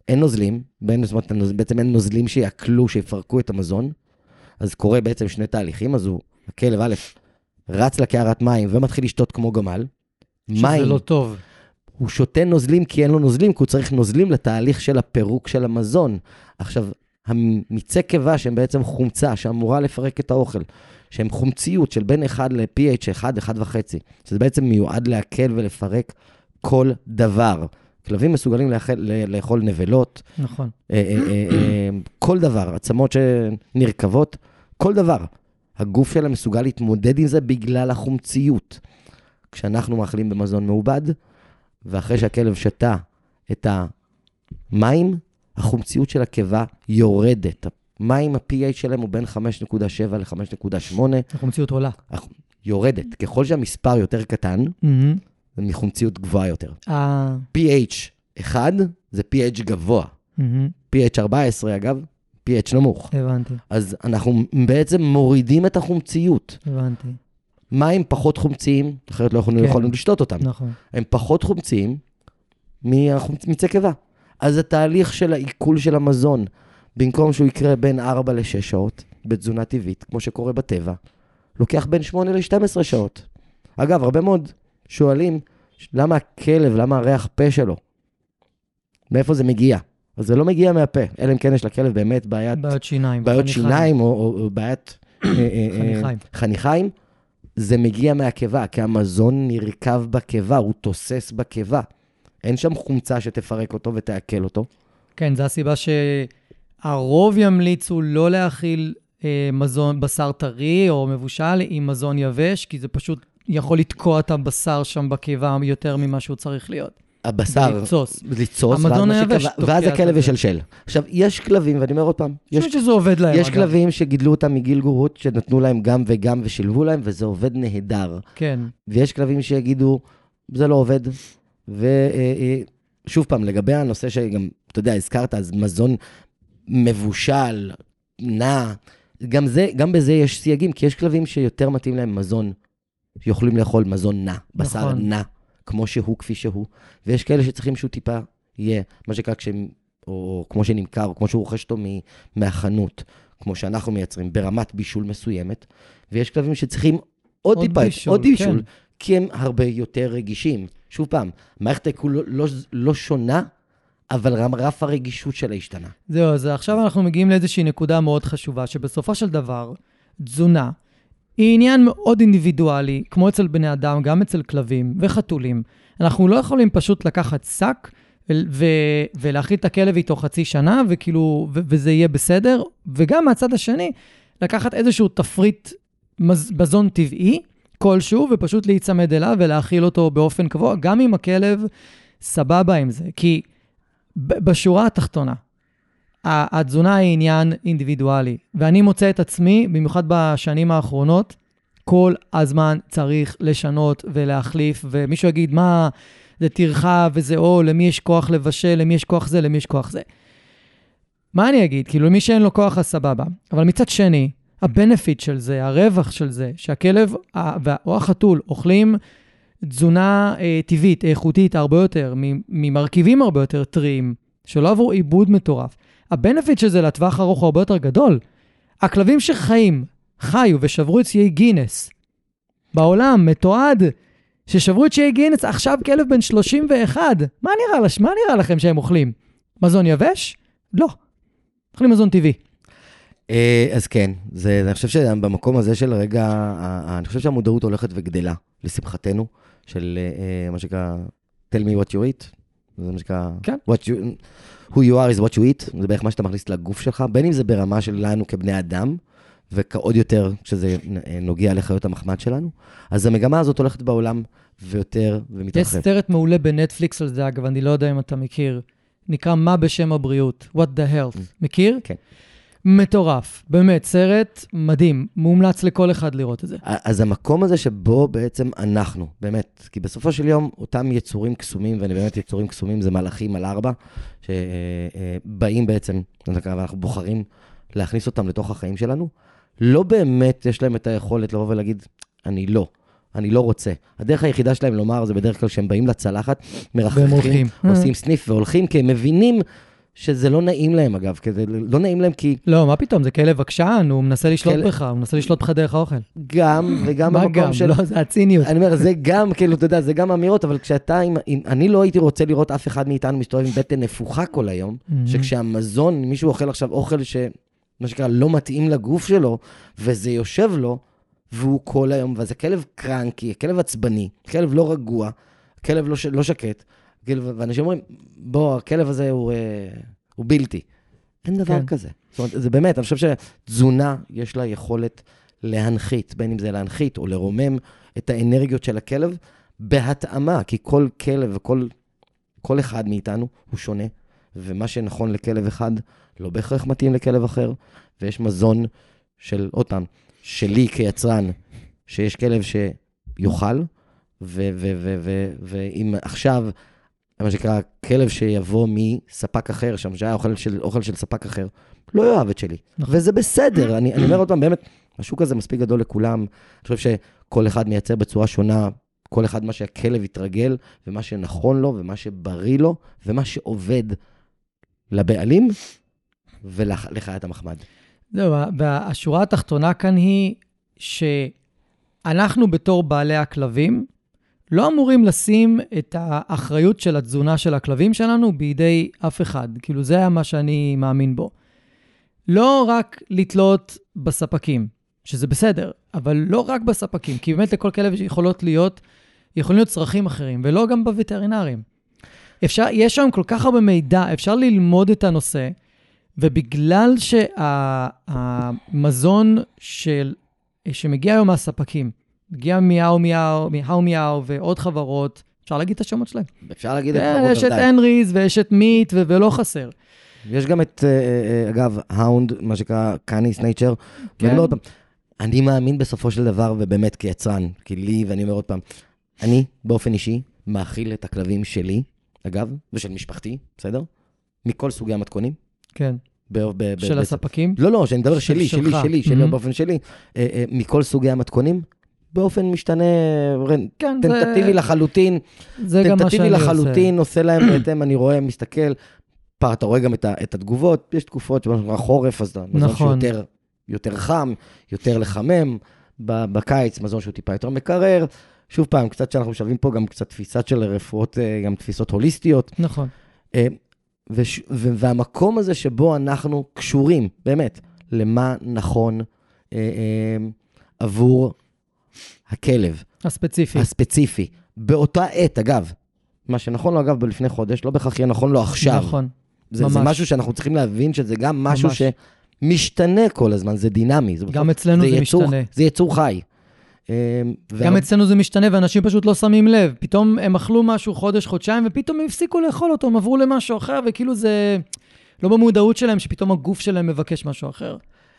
אין נוזלים, בין, זאת אומרת, בעצם אין נוזלים שיקלו, שיפרקו את המזון, אז קורה בעצם שני תהליכים, אז הוא, הכלב א', רץ לקערת מים ומתחיל לשתות כמו גמל. שזה מים, לא טוב. הוא שותה נוזלים כי אין לו נוזלים, כי הוא צריך נוזלים לתהליך של הפירוק של המזון. עכשיו, המיצי קיבה שהם בעצם חומצה, שאמורה לפרק את האוכל, שהם חומציות של בין אחד ל-פי אייץ' אחד, אחד וחצי, שזה בעצם מיועד להקל ולפרק כל דבר. כלבים מסוגלים לאכול, לאכול נבלות, נכון. אה, אה, אה, אה, כל דבר, עצמות שנרכבות, כל דבר. הגוף שלה מסוגל להתמודד עם זה בגלל החומציות. כשאנחנו מאכלים במזון מעובד, ואחרי שהכלב שתה את המים, החומציות של הקיבה יורדת. המים, ה-פי אייץ' שלהם הוא בין חמש נקודה שבע ל-חמש נקודה שמונה. החומציות עולה. יורדת. ככל שהמספר יותר קטן, זה מחומציות גבוהה יותר. פי אייץ' אחד זה פי אייץ' גבוה. פי אייץ' ארבע עשרה, אגב, פי אייץ' נמוך. הבנתי. אז אנחנו בעצם מורידים את החומציות. הבנתי. מים פחות חומציים, אחרת לא יכולנו, יכולנו לשתות אותם. נכון. הם פחות חומציים מיצי קיבה. אז התהליך של העיכול של המזון, במקום שהוא יקרה בין ארבע לשש שעות, בתזונה טבעית, כמו שקורה בטבע, לוקח בין שמונה ל-שתים עשרה שעות. אגב, הרבה מאוד שואלים, למה הכלב, למה הריח פה שלו? מאיפה זה מגיע? אז זה לא מגיע מהפה, אלא אם כן יש לכלב באמת בעיית... בעיות שיניים. בעיות שיניים, או, או, או בעיית... חניכיים. חניכיים. זה מגיע מהקיבה, כי המזון נרכב בקיבה, הוא תוסס בקיבה. אין שם חומצה שתפרק אותו ותעכל אותו. כן, זו הסיבה שהרוב ימליצו לא להאכיל אה, מזון בשר טרי או מבושל עם מזון יבש, כי זה פשוט יכול לתקוע את הבשר שם בקיבה יותר ממה שהוא צריך להיות. הבשר, ליצוס. ליצוס, המזון היבש. ואז הכלב ישלשל. עכשיו, יש כלבים, ואני אומר עוד פעם, אני חושב שזה עובד להם. יש כלבים שגידלו אותם מגיל גורות, שנתנו להם גם וגם ושילבו להם, וזה עובד נהדר. כן. ויש כלבים שיגידו, זה לא עובד. ושוב פעם, לגבי הנושא שגם, אתה יודע, הזכרת, אז מזון מבושל, נע, גם זה, גם בזה יש סייגים, כי יש כלבים שיותר מתאים להם מזון, שיכולים לאכול מזון נע, בשר נכון. נע. כמו שהוא, כפי שהוא, ויש כאלה שצריכים שהוא טיפה יהיה, מה שקרה כשהם, או כמו שנמכר, או כמו שהוא רוכש אותו מהחנות, כמו שאנחנו מייצרים, ברמת בישול מסוימת, ויש כלבים שצריכים עוד, עוד טיפה, בישול, עוד בישול, כן. כי הם הרבה יותר רגישים. שוב פעם, מערכת העיכול לא, לא, לא שונה, אבל רף הרגישות שלה השתנה. זהו, אז עכשיו אנחנו מגיעים לאיזושהי נקודה מאוד חשובה, שבסופו של דבר, תזונה, היא עניין מאוד אינדיבידואלי, כמו אצל בני אדם, גם אצל כלבים וחתולים. אנחנו לא יכולים פשוט לקחת שק ו- ולהכיל את הכלב איתו חצי שנה, וכאילו, ו- וזה יהיה בסדר. וגם מהצד השני, לקחת איזשהו תפריט מז- מזון טבעי, כלשהו, ופשוט להיצמד אליו ולהכיל אותו באופן קבוע, גם אם הכלב סבבה עם זה. כי ב- בשורה התחתונה, התזונה היא עניין אינדיבידואלי, ואני מוצא את עצמי, במיוחד בשנים האחרונות, כל הזמן צריך לשנות ולהחליף, ומישהו יגיד, מה, זה תרחה וזה או, למי יש כוח לבשל, למי יש כוח זה, למי יש כוח זה. מה אני אגיד? כאילו, למי שאין לו כוח, אז סבבה. אבל מצד שני, הבנפיט של זה, הרווח של זה, שהכלב או החתול אוכלים תזונה אה, טבעית, איכותית, הרבה יותר, ממרכיבים הרבה יותר טריים, שלא עבור עיבוד מטורף. הבנפיט של זה לטווח ארוך הוא הרבה יותר גדול. הכלבים שחיים, חיו ושברו את שיאי גינס, בעולם מתועד, ששברו את שיאי גינס, עכשיו כלב בן שלושים ואחת. מה נראה, לש... מה נראה לכם שהם אוכלים? מזון יבש? לא. אוכלים מזון טבעי. אז כן, זה, אני חושב שבמקום הזה של רגע, אני חושב שהמודעות הולכת וגדלה, לשמחתנו, של מה שקרה, tell me what you eat, זה מה שקרה, כן. what you, who you are is what you eat, זה בערך מה שאתה מכניס לגוף שלך, בין אם זה ברמה שלנו כבני אדם, וכעוד יותר כשזה נוגע לחיות המחמד שלנו, אז המגמה הזאת הולכת בעולם ויותר ומתרחב. יש סרט מעולה בנטפליקס על זה, אגב, אני לא יודע אם אתה מכיר, נקרא מה בשם הבריאות, what the health, מכיר? כן. מטורף, באמת, סרט מדהים, מומלץ לכל אחד לראות את זה. אז המקום הזה שבו בעצם אנחנו, באמת, כי בסופו של יום, אותם יצורים קסומים, ואני באמת יצורים קסומים, זה מלאכים על ארבע, שבאים בעצם, ואנחנו בוחרים להכניס אותם לתוך החיים שלנו, לא באמת יש להם את היכולת לבוא ולהגיד, אני לא, אני לא רוצה. הדרך היחידה שלהם לומר, זה בדרך כלל שהם באים לצלחת, מרחכים, עושים סניף והולכים, כי הם מבינים שזה לא נעים להם, אגב, כזה, לא נעים להם כי... לא, מה פתאום, זה כלב עקשן, הוא מנסה לשלוט כל... בך, הוא מנסה לשלוט בך דרך האוכל. גם, וגם במקום גם? של... לא, זה הציניות. אני אומר, זה גם, כאילו, אתה יודע, זה גם אמירות, אבל כשאתה, אם, אם, אני לא הייתי רוצה לראות אף אחד מאיתנו מסתובב עם בטן נפוחה כל היום, mm-hmm. שכשהמזון, מישהו אוכל עכשיו אוכל ש... מה שקרה, לא מתאים לגוף שלו, וזה יושב לו, והוא כל היום, וזה כלב קרנקי, כלב עצבני, כלב לא רגוע, כלב לא, ש... לא שקט, ואנשים אומרים, בוא, הכלב הזה הוא, הוא בלתי. אין דבר כן. כזה. זאת אומרת, זה באמת, אני חושב שתזונה יש לה יכולת להנחית, בין אם זה להנחית או לרומם את האנרגיות של הכלב, בהתאמה, כי כל כלב וכל כל אחד מאיתנו הוא שונה, ומה שנכון לכלב אחד לא בהכרח מתאים לכלב אחר, ויש מזון של, עוד פעם, שלי כיצרן, שיש כלב שיוכל, ואם עכשיו, מה שקרה, כלב שיבוא מספק אחר, שם שהיה אוכל של, אוכל של ספק אחר, לא יאהב את שלי. וזה בסדר. אני, אני אומר עוד פעם, באמת, השוק הזה מספיק גדול לכולם. אני חושב שכל אחד מייצר בצורה שונה, כל אחד מה שהכלב יתרגל, ומה שנכון לו, ומה שבריא לו, ומה שעובד לבעלים, ולחיית המחמד. זהו, והשורה התחתונה כאן היא, שאנחנו בתור בעלי הכלבים, לא אמורים לשים את האחריות של התזונה של הכלבים שלנו בידי אף אחד. כאילו זה מה שאני מאמין בו. לא רק לתלות בספקים, שזה בסדר, אבל לא רק בספקים, כי באמת לכל כלב יכולות להיות, יכולים להיות צרכים אחרים, ולא גם בווטרינרים. אפשר, יש שם כל כך הרבה מידע, אפשר ללמוד את הנושא, ובגלל שהמזון של, שמגיע היום מהספקים, מגיע מיהו מיהו, מיהו מיהו, ועוד חברות, אפשר להגיד את השמות שלהם. אפשר להגיד את חברות. יש את הנריז, ויש את מיט, ולא חסר. יש גם את, אגב, האונד, מה שקרה קאניס נייצ'ר, ואני אומר עוד פעם, אני מאמין בסופו של דבר, ובאמת כיצרן, כי לי, ואני אומר עוד פעם, אני באופן אישי מאכיל את הכלבים שלי, אגב, ושל משפחתי, בסדר? מכל סוגי המתכונים. כן. ב- ב- של ב- הספקים? לא, לא, שאני מדבר שלי, שלי, שלך. שלי, שלי, באופן שלי, מכל סוגי המתכונים, באופן משתנה, כן, טנטטיבי זה... לחלוטין, זה גם מה שאני טנטטיבי לחלוטין, עושה להם בהתאם, אני רואה, מסתכל, פעם אתה רואה גם את, את התגובות, יש תקופות שבא חורף, אז מזון נכון. שיותר יותר חם, יותר לחמם, בקיץ מזון שהוא טיפה יותר מקרר, שוב פעם, קצת שאנחנו משלבים פה גם קצת תפיסת של רפואות, גם תפיסות הוליסטיות. נכון. וש, והמקום הזה שבו אנחנו קשורים, באמת, למה נכון אה, אה, עבור הכלב. הספציפי. הספציפי. באותה עת, אגב, מה שנכון לו, אגב, בלפני חודש, לא בכך יהיה נכון לו עכשיו. נכון. זה, זה משהו שאנחנו צריכים להבין שזה גם משהו ממש. שמשתנה כל הזמן, זה דינמי. זה גם אצלנו זה, זה יצור, משתנה. זה יצור חי. גם אצלנו זה משתנה, ואנשים פשוט לא שמים לב. פתאום הם אכלו משהו חודש, חודשיים, ופתאום הם הפסיקו לאכול אותו, הם עברו למשהו אחר, וכאילו זה לא במודעות שלהם, שפתאום הגוף שלהם מבקש משהו אחר.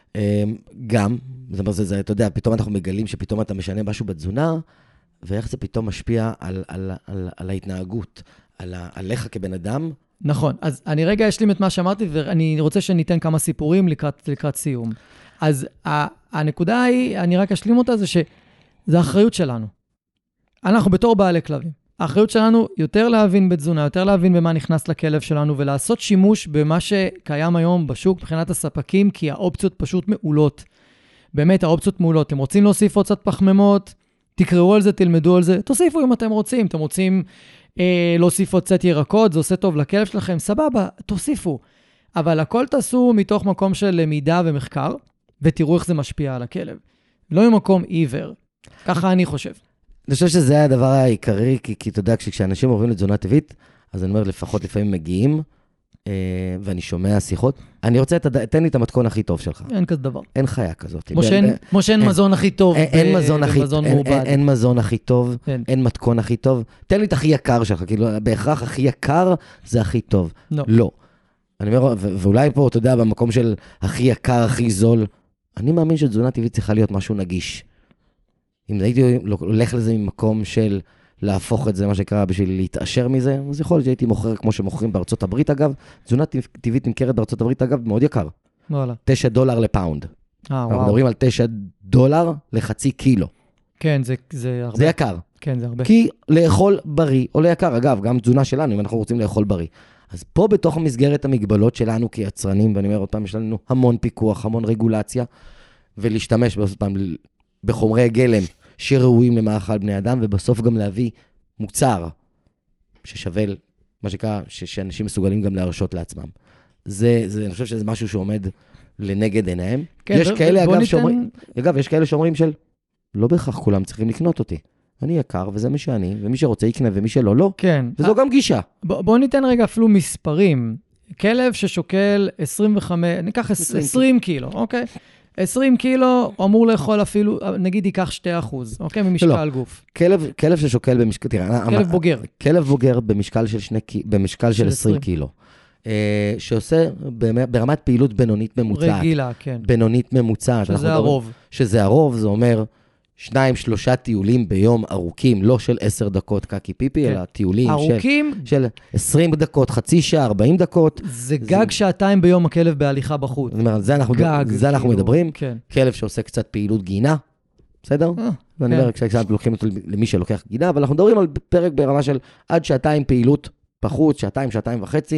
גם, זאת אומרת, זה, אתה יודע, פתאום אנחנו מגלים שפתאום אתה משנה משהו בתזונה, ואיך זה פתאום משפיע על, על, על, על ההתנהגות, על, עליך כבן אדם. נכון, אז אני רגע אשלים את מה שאמרתי, ואני רוצה שניתן כמה סיפורים לקראת, לקראת סיום. אז הנקודה היא, אני רק אשלים אותה, זה שזה האחריות שלנו. אנחנו בתור בעלי כלבים. האחריות שלנו יותר להבין בתזונה, יותר להבין במה נכנס לכלב שלנו, ולעשות שימוש במה שקיים היום בשוק מבחינת הספקים, כי האופציות פשוט מעולות. באמת, האופציות מעולות. אתם רוצים להוסיף עוד קצת פחמימות, תקראו על זה, תלמדו על זה, תוסיפו אם אתם רוצים. אתם רוצים אה, להוסיף עוד קצת ירקות, זה עושה טוב לכלב שלכם, סבבה, תוסיפו. אבל הכל תעשו מתוך מקום של למידה ומחקר, ותראו איך זה משפיע על הכלב. לא ממקום עיוור. ככה אני חושב. אני חושב שזה הדבר העיקרי, כי, כי אתה יודע, כשאנשים עוברים לתזונה טבעית, אז אני אומר, לפחות לפעמים מגיעים, אה, ואני שומע שיחות, אני רוצה, תן לי את המתכון הכי טוב שלך. אין כזה דבר. אין חיה כזאת. כמו שאין מזון הכי טוב. אין מזון הכי טוב. אין מזון הכי טוב, אין מתכון הכי טוב. תן לי את הכי יקר שלך, כאילו, בהכרח הכי יקר זה הכי טוב. לא. אני אומר, ואולי פה, אתה יודע, במקום של הכי יקר, הכי זול, אני מאמין שתזונה טבעית צריכה להיות משהו נגיש. אם הייתי הולך לזה ממקום של להפוך את זה, מה שקרה, בשביל להתעשר מזה, אז יכול להיות שהייתי מוכר כמו שמוכרים בארצות הברית, אגב. תזונה טבעית נמכרת בארצות הברית, אגב, מאוד יקר. וואלה. תשע דולר לפאונד. אה, וואו. אנחנו מדברים על תשע דולר לחצי קילו. כן, זה, זה הרבה. זה יקר. כן, זה הרבה. כי לאכול בריא עולה יקר. אגב, גם תזונה שלנו, אם אנחנו רוצים לאכול בריא. אז פה בתוך מסגרת המגבלות שלנו כיצרנים, ואני אומר עוד פעם, יש לנו המון פיקוח, המון רגולציה, ולהשתמש עוד פעם בחומרי גלם שראויים למאכל בני אדם, ובסוף גם להביא מוצר ששווה, מה שקרה, שאנשים מסוגלים גם להרשות לעצמם. זה, זה, אני חושב שזה משהו שעומד לנגד עיניהם. כן, יש כאלה, אגב, ניתן... שאומרים, אגב, יש כאלה שאומרים של, לא בהכרח כולם צריכים לקנות אותי. אני יקר, וזה מי שאני, ומי שרוצה יקנה, ומי שלא, לא. כן. וזו גם גישה. בוא, בוא ניתן רגע אפילו מספרים. כלב ששוקל עשרים וחמש, ניקח עשרים קילו, אוקיי? עשרים קילו, אמור לאכול אפילו, נגיד ייקח שני אחוז, אוקיי? ממשקל גוף. כלב, כלב ששוקל במשקל, תראה, כלב בוגר. כלב בוגר במשקל של שני, במשקל של עשרים קילו. שעושה ברמת פעילות בינונית ממוצעת. רגילה, כן. בינונית ממוצעת. שזה הרוב. שזה הרוב, זה אומר שניים, שלושה טיולים ביום ארוכים, לא של עשר דקות קקי פיפי, אלא טיולים של עשרים דקות, חצי שעה, ארבעים דקות. זה גג שעתיים ביום הכלב בהליכה בחוץ. זאת אומרת, זה אנחנו מדברים. כלב שעושה קצת פעילות גינה, בסדר? ואני אומר, כשקצת לוקחים אותו למי שלוקח גינה, אבל אנחנו מדברים על פרק ברמה של עד שעתיים פעילות בחוץ, שעתיים, שעתיים וחצי.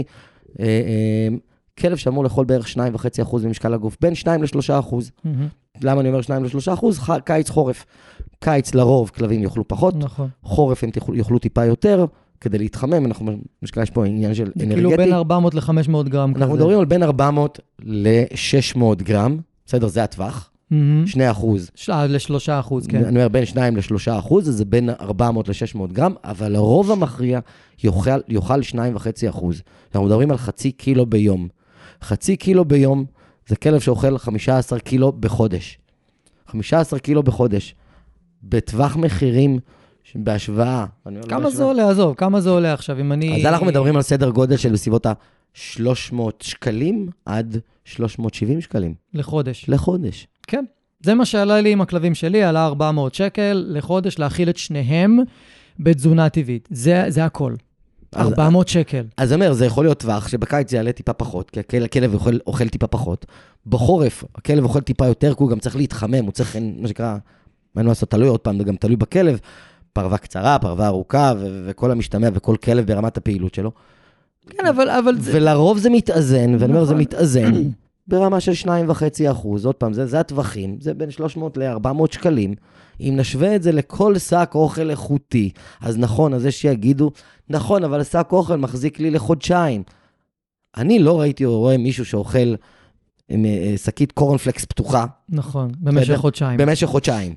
כלב שאמור לאכול בערך שניים וחצי אחוז במשקל הגוף, בין שניים לשלושה אחוז. למה אני אומר שניים לשלושה אחוז? קיץ חורף. קיץ לרוב כלבים יאכלו פחות, חורף הם יאכלו טיפה יותר, כדי להתחמם, אנחנו משקל יש פה עניין של אנרגטי. כאילו בין ארבע מאות ל-חמש מאות גרם כזה. אנחנו מדברים על בין ארבע מאות ל-שש מאות גרם, בסדר, זה הטווח, שני אחוז. לשלושה אחוז, כן. אני אומר בין שניים לשלושה אחוז, אז זה בין ארבע מאות ל-שש מאות גרם, אבל הרוב המכריע יאכל, יאכל שניים וחצי אחוז. אנחנו מדברים על חצי קילו ביום. חצי קילו ביום, זה כלב שאוכל חמישה עשר קילו בחודש. חמישה עשר קילו בחודש. בטווח מחירים בהשוואה. כמה זה עולה, עזוב, כמה זה עולה עכשיו, אם אני... אז אנחנו מדברים על סדר גודל של בסביבות ה-שלוש מאות שקלים עד שלוש מאות שבעים שקלים. לחודש. לחודש. כן. זה מה שעלה לי עם הכלבים שלי, עלה ארבע מאות שקל לחודש, להכיל את שניהם בתזונה טבעית. זה, זה הכל. ארבע מאות שקל. אז אומר, זה יכול להיות טווח שבקיץ זה יעלה טיפה פחות, כי הכלב אוכל, אוכל טיפה פחות. בחורף, הכלב אוכל טיפה יותר, כי הוא גם צריך להתחמם, הוא צריך, מה שקרה, מה אני לעשות, תלוי עוד פעם, זה גם תלוי בכלב, פרווה קצרה, פרווה ארוכה, ו- וכל המשתמע, וכל כלב ברמת הפעילות שלו. כן, אבל, אבל ולרוב זה מתאזן, ואני אומר, זה מתאזן, ברמה של שניים וחצי אחוז, עוד פעם, זה, זה הטווחים, זה בין שלוש מאות ל-ארבע מאות שקלים. אם נשווה את זה לכל שק אוכל איכותי, אז נכון, אז יש שיגידו, נכון, אבל שק אוכל מחזיק לי לחודשיים. אני לא ראיתי או רואה מישהו שאוכל שקית קורנפלקס פתוחה. נכון, במשך חודשיים. במשך חודשיים.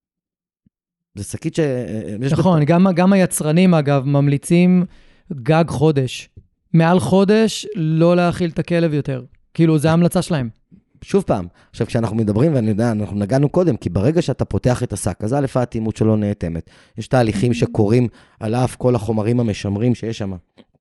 זה שקית ש... נכון, גם, גם היצרנים, אגב, ממליצים גג חודש. מעל חודש לא להאכיל את הכלב יותר. כאילו, זה ההמלצה שלהם. שוב פעם, עכשיו כשאנחנו מדברים, ואני יודע, אנחנו נגענו קודם, כי ברגע שאתה פותח את השק, אז א' האטימות שלו נאטמת. יש תהליכים שקורים על אף כל החומרים המשמרים שיש שם.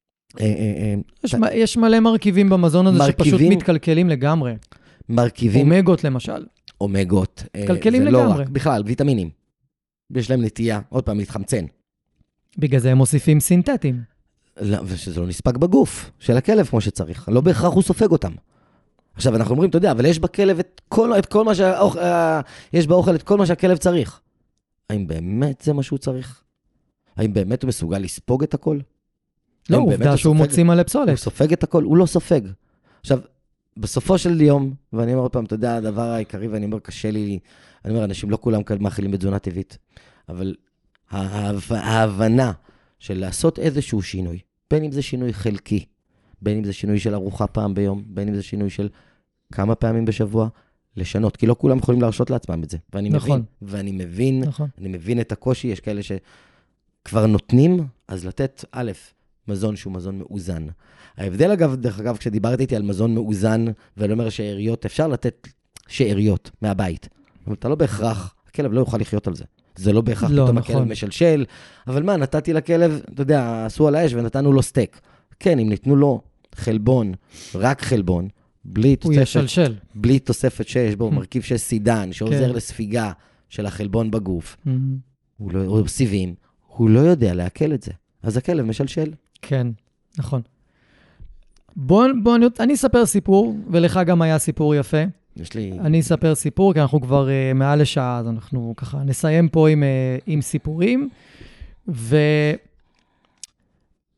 יש, יש מלא מרכיבים במזון הזה מרכיבים, שפשוט מתקלקלים לגמרי. מרכיבים... אומגות למשל. אומגות. מתקלקלים לגמרי. לא רק, בכלל, ויטמינים. יש להם נטייה, עוד פעם, להתחמצן. בגלל זה הם מוסיפים סינתטיים. לא, ושזה לא נספק בגוף של הכלב כמו שצריך. לא בהכרח הוא סופג אותם. עכשיו, אנחנו אומרים, אתה יודע, אבל יש בכלב את כל, את כל מה שהאוכל, יש באוכל את כל מה שהכלב צריך. האם באמת זה מה שהוא צריך? האם באמת הוא מסוגל לספוג את הכל? לא, עובדה שהוא מוציא מלא פסולת. הוא סופג את הכל? הוא לא סופג. עכשיו, בסופו של יום, ואני אומר עוד פעם, אתה יודע, הדבר העיקרי, ואני אומר, קשה לי, אני אומר, אנשים לא כולם מאכילים בתזונה טבעית, אבל ההבנה של לעשות איזשהו שינוי, בין אם זה שינוי חלקי, בין אם זה שינוי של ארוחה פעם ביום, בין אם זה שינוי של כמה פעמים בשבוע, לשנות, כי לא כולם יכולים להרשות לעצמם את זה. ואני נכון. מבין, ואני מבין, נכון. אני מבין את הקושי, יש כאלה שכבר נותנים, אז לתת א', מזון שהוא מזון מאוזן. ההבדל אגב, דרך אגב, כשדיברתי איתי על מזון מאוזן, ולא אומר שאריות, אפשר לתת שאריות מהבית. אבל אתה לא בהכרח, הכלב לא יוכל לחיות על זה. זה לא בהכרח לא, פתאום נכון. הכלב משלשל, אבל מה, נתתי לכלב, אתה יודע, עשו על האש ונתנו לו סטייק. כן, אם ניתנו לו חלבון, רק חלבון, בלי תוספת, בלי תוספת שיש בו מרכיב של סידן, שעוזר כן. לספיגה של החלבון בגוף, mm-hmm. הוא לא, או סיבים, הוא לא יודע להקל את זה. אז הכלב משלשל. כן, נכון. בוא, בוא, אני, אני אספר סיפור, ולך גם היה סיפור יפה. יש לי... אני אספר סיפור, כי אנחנו כבר uh, מעל לשעה, אז אנחנו ככה נסיים פה עם, uh, עם סיפורים. ואני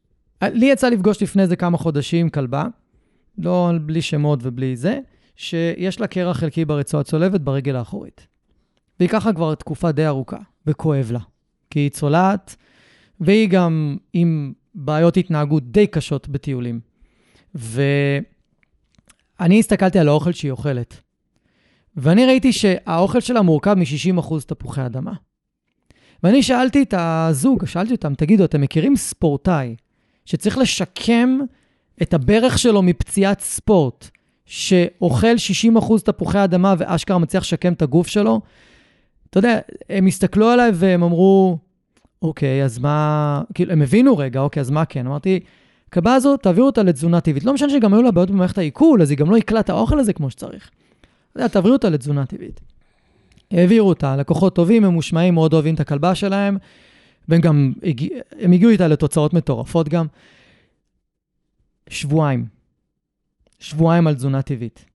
לי יצא לפגוש לפני זה כמה חודשים כלבה, לא בלי שמות ובלי זה, שיש לה קרע חלקי ברצועה צולבת ברגל האחורית. והיא ככה כבר תקופה די ארוכה, וכואב לה. כי היא צולעת, והיא גם עם בעיות התנהגות די קשות בטיולים. ואני הסתכלתי על האוכל שהיא אוכלת. ואני ראיתי שהאוכל שלה מורכב מ-שישים אחוז תפוחי אדמה. ואני שאלתי את הזוג, שאלתי אותם, תגידו, אתם מכירים ספורטאי שצריך לשקם את הברך שלו מפציעת ספורט, שאוכל שישים אחוז תפוחי אדמה ואשכרה מצליח לשקם את הגוף שלו? אתה יודע, הם הסתכלו עליי והם אמרו, אוקיי, אז מה, כאילו, הם הבינו רגע, אוקיי, אז מה כן? אמרתי, כלבה הזאת, תעבירו אותה לתזונה טבעית. לא משנה שגם היו לה בעיות במערכת העיכול, אז היא גם לא יקלה את האוכל הזה כמו שצריך. תעבירו אותה לתזונה טבעית. העבירו אותה, לקוחות טובים, ממושמעים, מאוד אוהבים את הכלבה שלהם, והם גם, הם הגיעו איתה לתוצאות מטורפות גם. שבועיים. שבועיים על תזונה טבעית.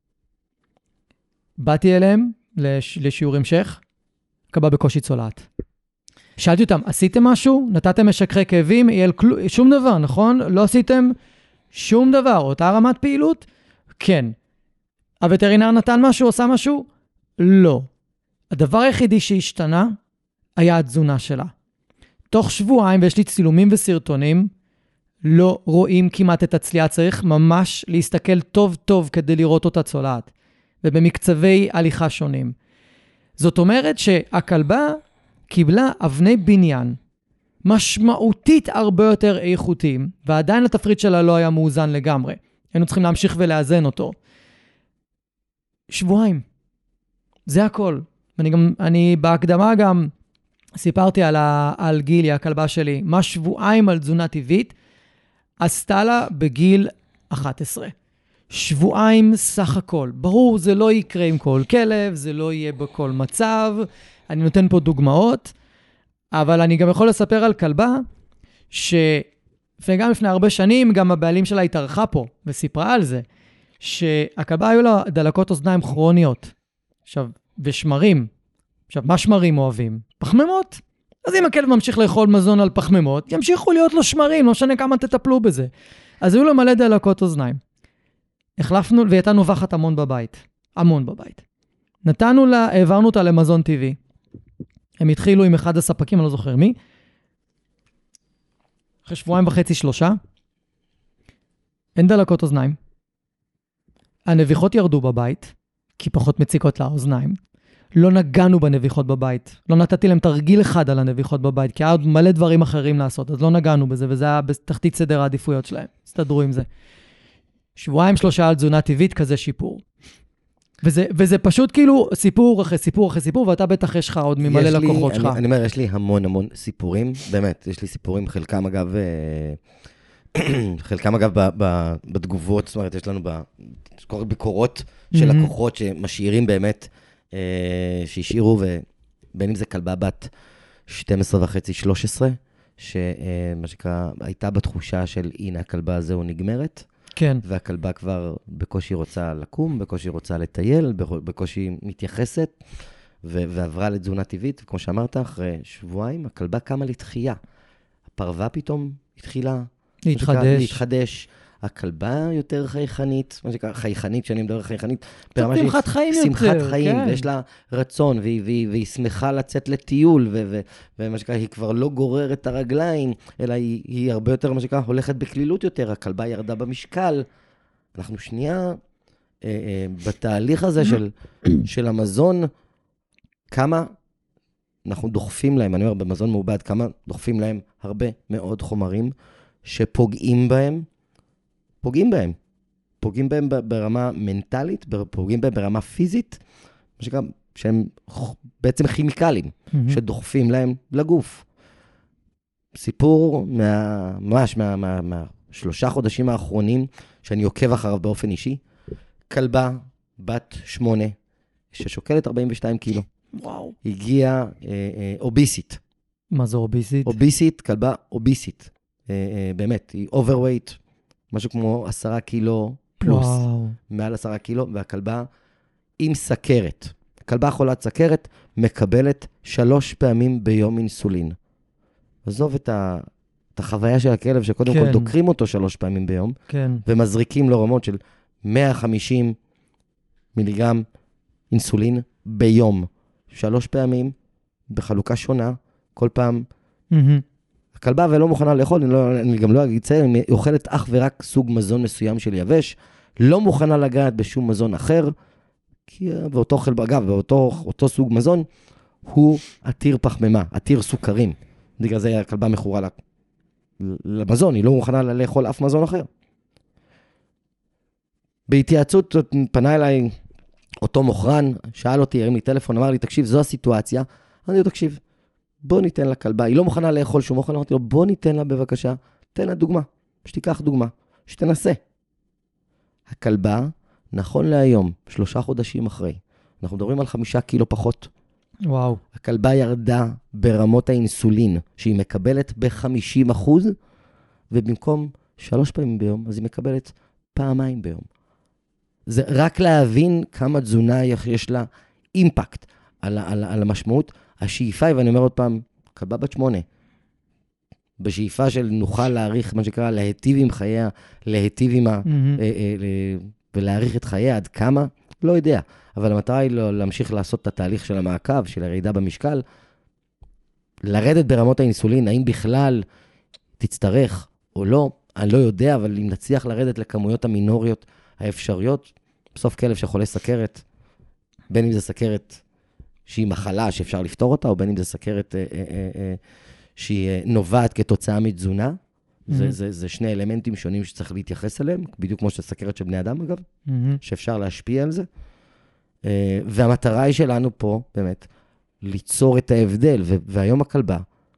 באתי אליהם לש, לשיעור המשך, כלבה בקושי צולעת. שאלתי אותם, עשיתם משהו? נתתם משככי כאבים? כל... שום דבר, נכון? לא עשיתם שום דבר. אותה רמת פעילות? כן. הווטרינר נתן משהו, עושה משהו? לא. הדבר היחידי שהשתנה היה התזונה שלה. תוך שבועיים, ויש לי צילומים וסרטונים, לא רואים כמעט את הצליעה. צריך ממש להסתכל טוב טוב כדי לראות אותה צולעת. ובמקצבי הליכה שונים. זאת אומרת שהכלבה קיבלה אבני בניין משמעותית הרבה יותר איכותיים, ועדיין התפריט שלה לא היה מאוזן לגמרי. היינו צריכים להמשיך ולאזן אותו. שבועיים. זה הכל. אני גם, אני בהקדמה גם סיפרתי על, ה, על גילי, הכלבה שלי, מה שבועיים על תזונה טבעית, עשתה לה בגיל אחת עשרה. שבועיים סך הכל. ברור, זה לא יקרה עם כל כלב, זה לא יהיה בכל מצב. אני נותן פה דוגמאות, אבל אני גם יכול לספר על כלבה, שגם לפני הרבה שנים, גם הבעלים שלה התארחה פה, וסיפרה על זה, שהכלבה היו לה דלקות אוזניים כרוניות. עכשיו, ושמרים. עכשיו, מה שמרים אוהבים? פחמימות. אז אם הכלב ממשיך לאכול מזון על פחמימות, ימשיכו להיות לו שמרים, לא משנה כמה תטפלו בזה. אז היו לו מלא דלקות אוזניים. החלפנו, והייתה נובחת המון בבית. המון בבית. נתנו לה, העברנו אותה למזון טבעי. הם התחילו עם אחד הספקים, אני לא זוכר מי. אחרי שבועיים וחצי, שלושה. אין דלקות אוזניים. הנביחות ירדו בבית, כי פחות מציקות לאוזניים. לא נגענו בנביחות בבית. לא נתתי להם תרגיל אחד על הנביחות בבית, כי היה עוד מלא דברים אחרים לעשות, אז לא נגענו בזה, וזה היה בתחתית סדר העדיפויות שלהם. הסתדרו עם זה. שבועיים שלושה על תזונה טבעית, כזה שיפור. וזה, וזה פשוט כאילו סיפור אחרי סיפור אחרי סיפור, ואתה בטח יש לך עוד ממלא לקוחות שלך. אני, אני אומר, יש לי המון המון סיפורים, באמת, יש לי סיפורים, חלקם אגב, חלקם אגב ב, ב, בתגובות, זאת אומרת, יש לנו ביקורות של לקוחות שמשאירים באמת, שהשאירו, ובין אם זה כלבה בת שתים עשרה וחצי שלוש עשרה, שמה שקרה, הייתה בתחושה של הנה הכלבה הזו נגמרת, כן. והכלבה כבר בקושי רוצה לקום, בקושי רוצה לטייל, בקושי מתייחסת, ו- ועברה לתזונה טבעית, וכמו שאמרת, אחרי שבועיים, הכלבה קמה לתחייה. הפרווה פתאום התחילה להתחדש. להתחדש. הכלבה יותר חייכנית, מה שקרה, חייכנית, שאני מדבר חייכנית, שמחת חיים יותר, שמחת חיים, כן. ויש לה רצון, והיא, והיא, והיא שמחה לצאת לטיול, ו- ו- ומה שקרה, היא כבר לא גוררת את הרגליים, אלא היא, היא הרבה יותר, מה שקרה, הולכת בכלילות יותר, הכלבה ירדה במשקל. אנחנו שנייה, אה, אה, בתהליך הזה של, של המזון, כמה אנחנו דוחפים להם, אני אומר, במזון מעובד, כמה דוחפים להם הרבה מאוד חומרים, שפוגעים בהם, פוגעים בהם. פוגעים בהם ברמה מנטלית, פוגעים בהם ברמה פיזית, מה שגם, שהם בעצם כימיקלים, mm-hmm. שדוחפים להם לגוף. סיפור מה, ממש מה, מה, מה, שלושה חודשים האחרונים, שאני עוקב אחריו באופן אישי, כלבה, בת שמונה, ששוקלת ארבעים ושתיים קילו. וואו. הגיעה אה, אה, אוביסית. מה זה אוביסית? אוביסית, כלבה אוביסית. אה, אה, באמת, היא overweight, משהו כמו עשרה קילו פלוס. וואו. מעל עשרה קילו, והכלבה עם סכרת. כלבה חולת סכרת מקבלת שלוש פעמים ביום אינסולין. עזוב את את החוויה של הכלב, שקודם כן. כל דוקרים אותו שלוש פעמים ביום, כן. ומזריקים לו רמות של מאה וחמישים מיליגרם אינסולין ביום, שלוש פעמים, בחלוקה שונה, כל פעם. Mm-hmm. הכלבה ולא מוכנה לאכול, אני, לא, אני גם לא אגיד צער, היא אוכלת אך ורק סוג מזון מסוים של יבש, לא מוכנה לגעת בשום מזון אחר, כי באותו אוכל, אגב, באותו אותו סוג מזון, הוא עתיר פחמימה, עתיר סוכרים. בגלל זה הכלבה מכורה למזון, היא לא מוכנה לאכול אף מזון אחר. בהתייעצות פנה אליי אותו מוכרן, שאל אותי, הרים לי טלפון, אמר לי, תקשיב, זו הסיטואציה. אני לו, תקשיב, בוא ניתן לה כלבה, היא לא מוכנה לאכול שום אוכל, אמרתי לו, בוא ניתן לה בבקשה, תן לה דוגמה, שתיקח דוגמה, שתנסה. הכלבה, נכון להיום, שלושה חודשים אחרי, אנחנו מדברים על חמישה קילו פחות. וואו. הכלבה ירדה ברמות האינסולין, שהיא מקבלת ב-חמישים אחוז, ובמקום שלוש פעמים ביום, אז היא מקבלת פעמיים ביום. זה רק להבין כמה תזונה יש לה אימפקט על, על, על המשמעות. השאיפה היא, ואני אומר עוד פעם, כלבה בת שמונה, בשאיפה של נוכל להאריך, מה שקרה, להיטיב עם חייה, להיטיב עם ה... Mm-hmm. אה, אה, אה, ולהאריך את חייה עד כמה, לא יודע. אבל המטרה היא לא, להמשיך לעשות את התהליך של המעקב, של הירידה במשקל, לרדת ברמות האינסולין, האם בכלל תצטרך או לא, אני לא יודע, אבל אם נצליח לרדת לכמויות המינוריות האפשריות, בסוף כלב שחולה סכרת, בין אם זה סכרת שהיא מחלה שאפשר לפתור אותה, או בין אם זה סכרת אה, אה, אה, אה, שהיא נובעת כתוצאה מתזונה, mm-hmm. זה, זה, זה שני אלמנטים שונים שצריך להתייחס אליהם, בדיוק כמו שסכרת של בני אדם, אגב, mm-hmm. שאפשר להשפיע על זה. אה, והמטרה היא שלנו פה, באמת, ליצור את ההבדל, ו- והיום הכלבה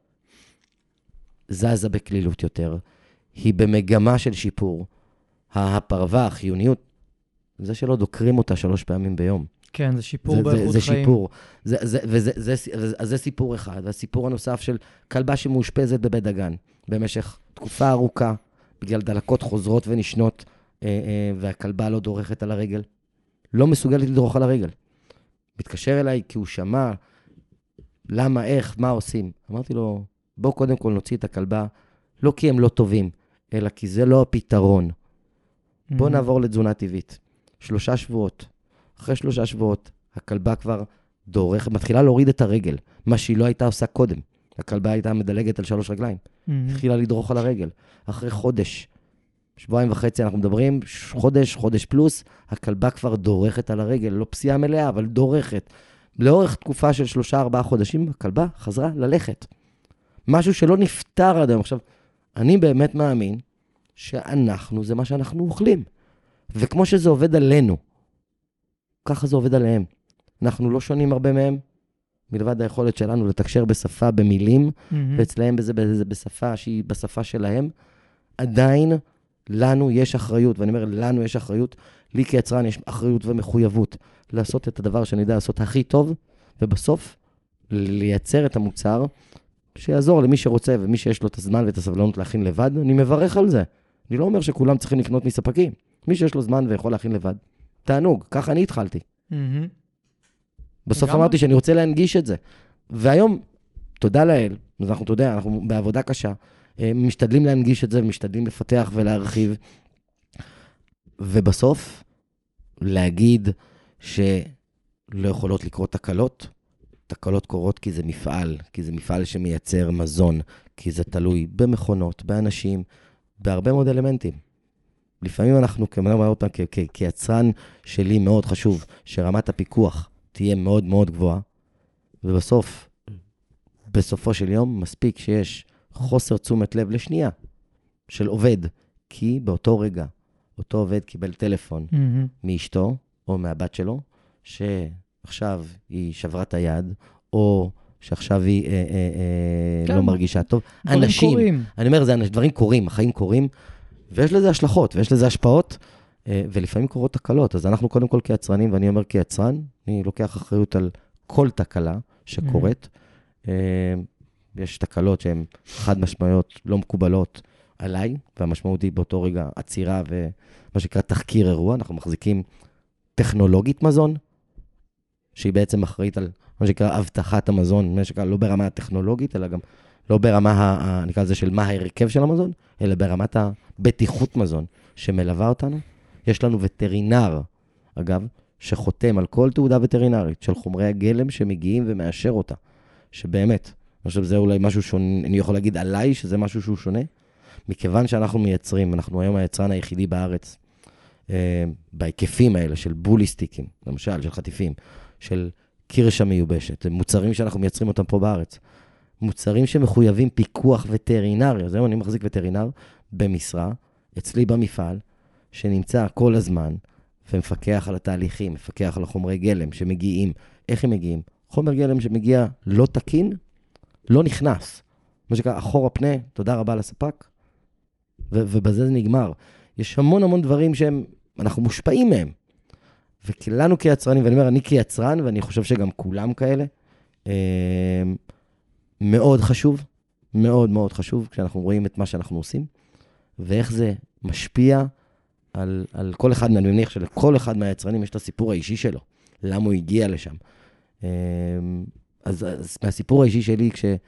זזה בכלילות יותר, היא במגמה של שיפור, הפרווה, החיוניות, זה שלא דוקרים אותה שלוש פעמים ביום. כן, זה שיפור זה, באיכות זה, זה חיים. שיפור. זה, זה, וזה, זה, זה, זה סיפור אחד. והסיפור הנוסף של כלבה שמאושפזת בבית דגן, במשך תקופה ארוכה, בגלל דלקות חוזרות ונשנות, אה, אה, והכלבה לא דורכת על הרגל. לא מסוגלת לדרוך על הרגל. מתקשר אליי כי הוא שמע, למה, איך, מה עושים. אמרתי לו, בוא קודם כל נוציא את הכלבה, לא כי הם לא טובים, אלא כי זה לא הפתרון. בוא נעבור לתזונה טבעית. שלושה שבועות. אחרי שלושה שבועות, הכלבה כבר דורך, מתחילה להוריד את הרגל, מה שהיא לא הייתה עושה קודם. הכלבה הייתה מדלגת על שלוש רגליים. התחילה לדרוך על הרגל. אחרי חודש, שבועיים וחצי אנחנו מדברים, חודש, חודש פלוס, הכלבה כבר דורכת על הרגל, לא פסיעה מלאה, אבל דורכת. לאורך תקופה של שלושה, ארבעה חודשים, הכלבה חזרה ללכת. משהו שלא נפטר עד היום. עכשיו, אני באמת מאמין שאנחנו, זה מה שאנחנו אוכלים. וכמו שזה עובד עלינו, ככה זה עובד עליהם. אנחנו לא שונים הרבה מהם, מלבד היכולת שלנו לתקשר בשפה, במילים, mm-hmm. ואצלהם בזה, בזה בשפה שהיא בשפה שלהם. עדיין לנו יש אחריות, ואני אומר, לנו יש אחריות, לי כיצרן יש אחריות ומחויבות לעשות את הדבר שאני יודע לעשות הכי טוב, ובסוף לייצר את המוצר שיעזור למי שרוצה, ומי שיש לו את הזמן ואת הסבלנות להכין לבד, אני מברך על זה. אני לא אומר שכולם צריכים לקנות מספקים. מי שיש לו זמן ויכול להכין לבד, תענוג, ככה אני התחלתי. Mm-hmm. בסוף לגמרי. אמרתי שאני רוצה להנגיש את זה. והיום, תודה לאל, אז אנחנו, אתה יודע, אנחנו בעבודה קשה, משתדלים להנגיש את זה, ומשתדלים לפתח ולהרחיב. ובסוף, להגיד שלא יכולות לקרות תקלות, תקלות קורות כי זה מפעל, כי זה מפעל שמייצר מזון, כי זה תלוי במכונות, באנשים, בהרבה מאוד אלמנטים. לפעמים אנחנו, כמובן אותם, כיצרן שלי מאוד חשוב, שרמת הפיקוח תהיה מאוד מאוד גבוהה, ובסוף, בסופו של יום, מספיק שיש חוסר תשומת לב לשנייה של עובד, כי באותו רגע, אותו עובד קיבל טלפון mm-hmm. מאשתו, או מהבת שלו, שעכשיו היא שברה את היד, או שעכשיו היא אה, אה, אה, כן. לא מרגישה טוב. דברים אנשים, קורים. אני אומר, זה דברים קורים, החיים קורים, ויש לזה השלכות, ויש לזה השפעות, ולפעמים קורות תקלות. אז אנחנו קודם כל כיצרנים, ואני אומר כיצרן, אני לוקח אחריות על כל תקלה שקורית. Mm-hmm. יש תקלות שהן חד משמעיות, לא מקובלות עליי, והמשמעות היא באותו רגע עצירה ומה שנקרא תחקיר אירוע. אנחנו מחזיקים טכנולוגית מזון, שהיא בעצם אחראית על מה שנקרא הבטחת המזון, מה שנקרא לא ברמה הטכנולוגית, אלא גם לא ברמה, ה, נקרא לזה של מה ההרכב של המזון, אלא ברמת הבטיחות מזון שמלווה אותנו. יש לנו וטרינר, אגב, שחותם על כל תעודה וטרינרית של חומרי הגלם שמגיעים ומאשר אותה. שבאמת, אני חושב שזה אולי משהו שונה, אני יכול להגיד עליי שזה משהו שהוא שונה, מכיוון שאנחנו מייצרים, אנחנו היום היצרן היחידי בארץ, אה, בהיקפים האלה של בוליסטיקים, למשל, של חטיפים, של קירשה מיובשת, מוצרים שאנחנו מייצרים אותם פה בארץ, מוצרים שמחויבים פיקוח וטרינרי, אז היום אני מחזיק וטרינר במשרה, אצלי במפעל, שנמצא כל הזמן, ומפקח על התהליכים, מפקח על החומרי גלם שמגיעים, איך הם מגיעים? חומר גלם שמגיע לא תקין, לא נכנס. מה שקרה, אחורה פנה, תודה רבה לספק, ו- ובזה זה נגמר. יש המון המון דברים שהם, אנחנו מושפעים מהם. וכולנו כיצרנים, ואני אומר, אני כיצרן, ואני חושב שגם כולם כאלה, אה, מאוד חשוב, מאוד מאוד חשוב, כשאנחנו רואים את מה שאנחנו עושים, ואיך זה משפיע על, על כל אחד, אני מניח שלכל אחד מהיצרנים יש את הסיפור האישי שלו, למה הוא הגיע לשם. אז, אז מהסיפור האישי שלי,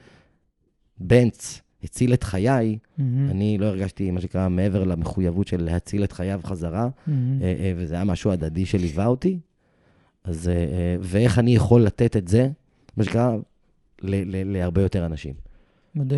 כשבנץ הציל את חיי, mm-hmm. אני לא הרגשתי מה שקרה מעבר למחויבות של להציל את חייו חזרה, mm-hmm. וזה היה משהו הדדי שליווה אותי, אז, ואיך אני יכול לתת את זה, מה שקרה, ל- ל- להרבה יותר אנשים. מדהים.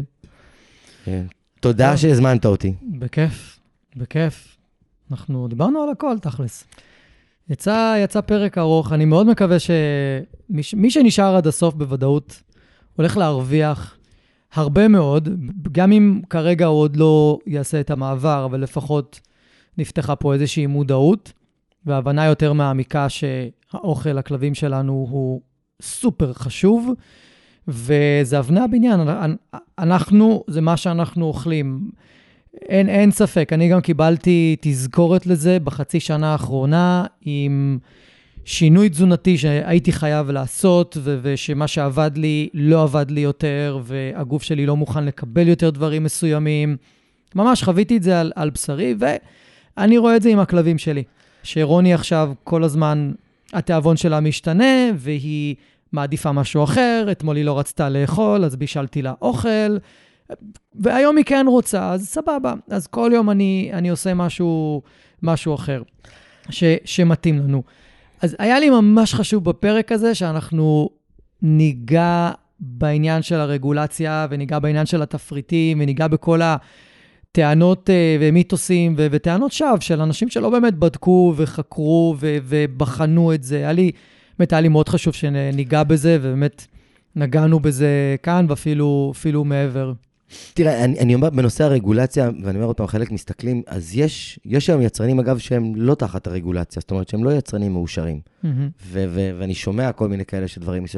תודה טוב. שהזמנת אותי. בכיף, בכיף. אנחנו דיברנו על הכל, תכלס. יצא, יצא פרק ארוך, אני מאוד מקווה שמי שנשאר עד הסוף בוודאות, הולך להרוויח הרבה מאוד, גם אם כרגע הוא עוד לא יעשה את המעבר, אבל לפחות נפתחה פה איזושהי מודעות, והבנה יותר מעמיקה שהאוכל לכלבים שלנו הוא סופר חשוב, וזה אבני הבניין, אנחנו, זה מה שאנחנו אוכלים. אין, אין ספק, אני גם קיבלתי תזכורת לזה בחצי שנה האחרונה, עם שינוי תזונתי שהייתי חייב לעשות, ו- ושמה שעבד לי לא עבד לי יותר, והגוף שלי לא מוכן לקבל יותר דברים מסוימים. ממש חוויתי את זה על, על בשרי, ואני רואה את זה עם הכלבים שלי. שרוני עכשיו כל הזמן, התיאבון שלה משתנה, והיא מעדיפה משהו אחר, אתמול היא לא רצתה לאכול, אז בישלתי לה אוכל, והיום היא כן רוצה, אז סבבה. אז כל יום אני, אני עושה משהו, משהו אחר ש, שמתאים לנו. אז היה לי ממש חשוב בפרק הזה, שאנחנו ניגע בעניין של הרגולציה, וניגע בעניין של התפריטים, וניגע בכל הטענות ומיתוסים, ו- וטענות שווא של אנשים שלא באמת בדקו וחקרו ו- ובחנו את זה. היה לי, באמת היה לי מאוד חשוב שניגע בזה, ובאמת נגענו בזה כאן, ואפילו אפילו מעבר. תראה, אני, אני אומר, בנושא הרגולציה, ואני אומר אותם, חלק מסתכלים, אז יש, יש היום יצרנים, אגב, שהם לא תחת הרגולציה, זאת אומרת, שהם לא יצרנים מאושרים. Mm-hmm. ו- ו- ואני שומע כל מיני כאלה שדברים, ש...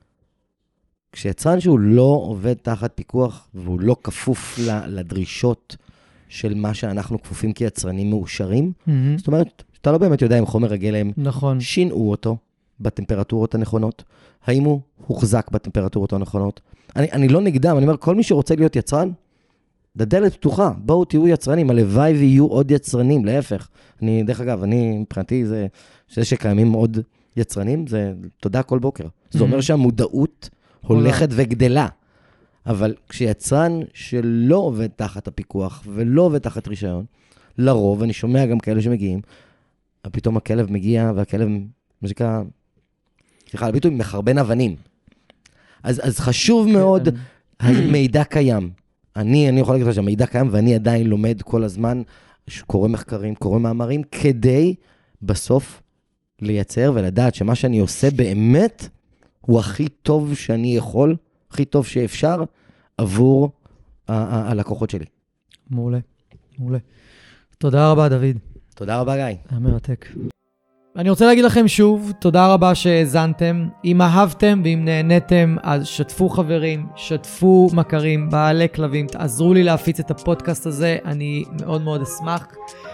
כשיצרן שהוא לא עובד תחת פיקוח, והוא לא כפוף לדרישות של מה שאנחנו כפופים כיצרנים מאושרים, mm-hmm. זאת אומרת, אתה לא באמת יודע אם חומר הגלם, נכון. שינעו אותו בטמפרטורות הנכונות, האם הוא הוחזק בטמפרטורות הנכונות, אני, אני לא נגדם, אני אומר, כל מי שרוצה להיות יצרן, דלת פתוחה, בואו תהיו יצרנים, הלוואי ויהיו עוד יצרנים, להפך. אני, דרך אגב, אני, מבחינתי, זה, זה שקיימים עוד יצרנים, זה תודה כל בוקר. זה אומר שהמודעות הולכת וגדלה. אבל כשיצרן שלא עובד תחת הפיקוח, ולא עובד תחת רישיון, לרוב, אני שומע גם כאלה שמגיעים, פתאום הכלב מגיע, והכלב, מה שקרה, סליחה, על ביטוי, מחרבן אבנים. אז, אז חשוב מאוד, המידע קיים. אני, אני יכול להגיד לך שהמידע קיים, ואני עדיין לומד כל הזמן, קורא מחקרים, קורא מאמרים, כדי בסוף לייצר ולדעת שמה שאני עושה באמת, הוא הכי טוב שאני יכול, הכי טוב שאפשר, עבור ה- ה- הלקוחות שלי. מעולה, מעולה. תודה רבה, דוד. תודה רבה, גיא. היה מרתק. אני רוצה להגיד לכם שוב, תודה רבה שהזנתם. אם אהבתם ואם נהניתם, אז שתפו חברים, שתפו מכרים, בעלי כלבים, תעזרו לי להפיץ את הפודקאסט הזה, אני מאוד מאוד אשמח.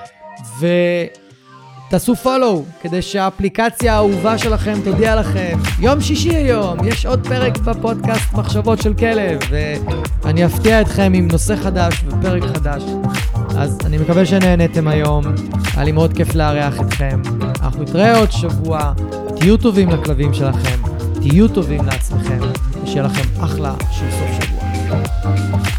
ותעשו פולו, כדי שהאפליקציה האהובה שלכם תודיע לכם. יום שישי היום, יש עוד פרק בפודקאסט מחשבות של כלב, ואני אפתיע אתכם עם נושא חדש ופרק חדש. אז אני מקווה שנהניתם היום, היה לי מאוד כיף לארח אתכם. אנחנו נתראה עוד שבוע, תהיו טובים לכלבים שלכם, תהיו טובים לעצמכם, ושיהיה לכם אחלה של סוף שבוע. ביי.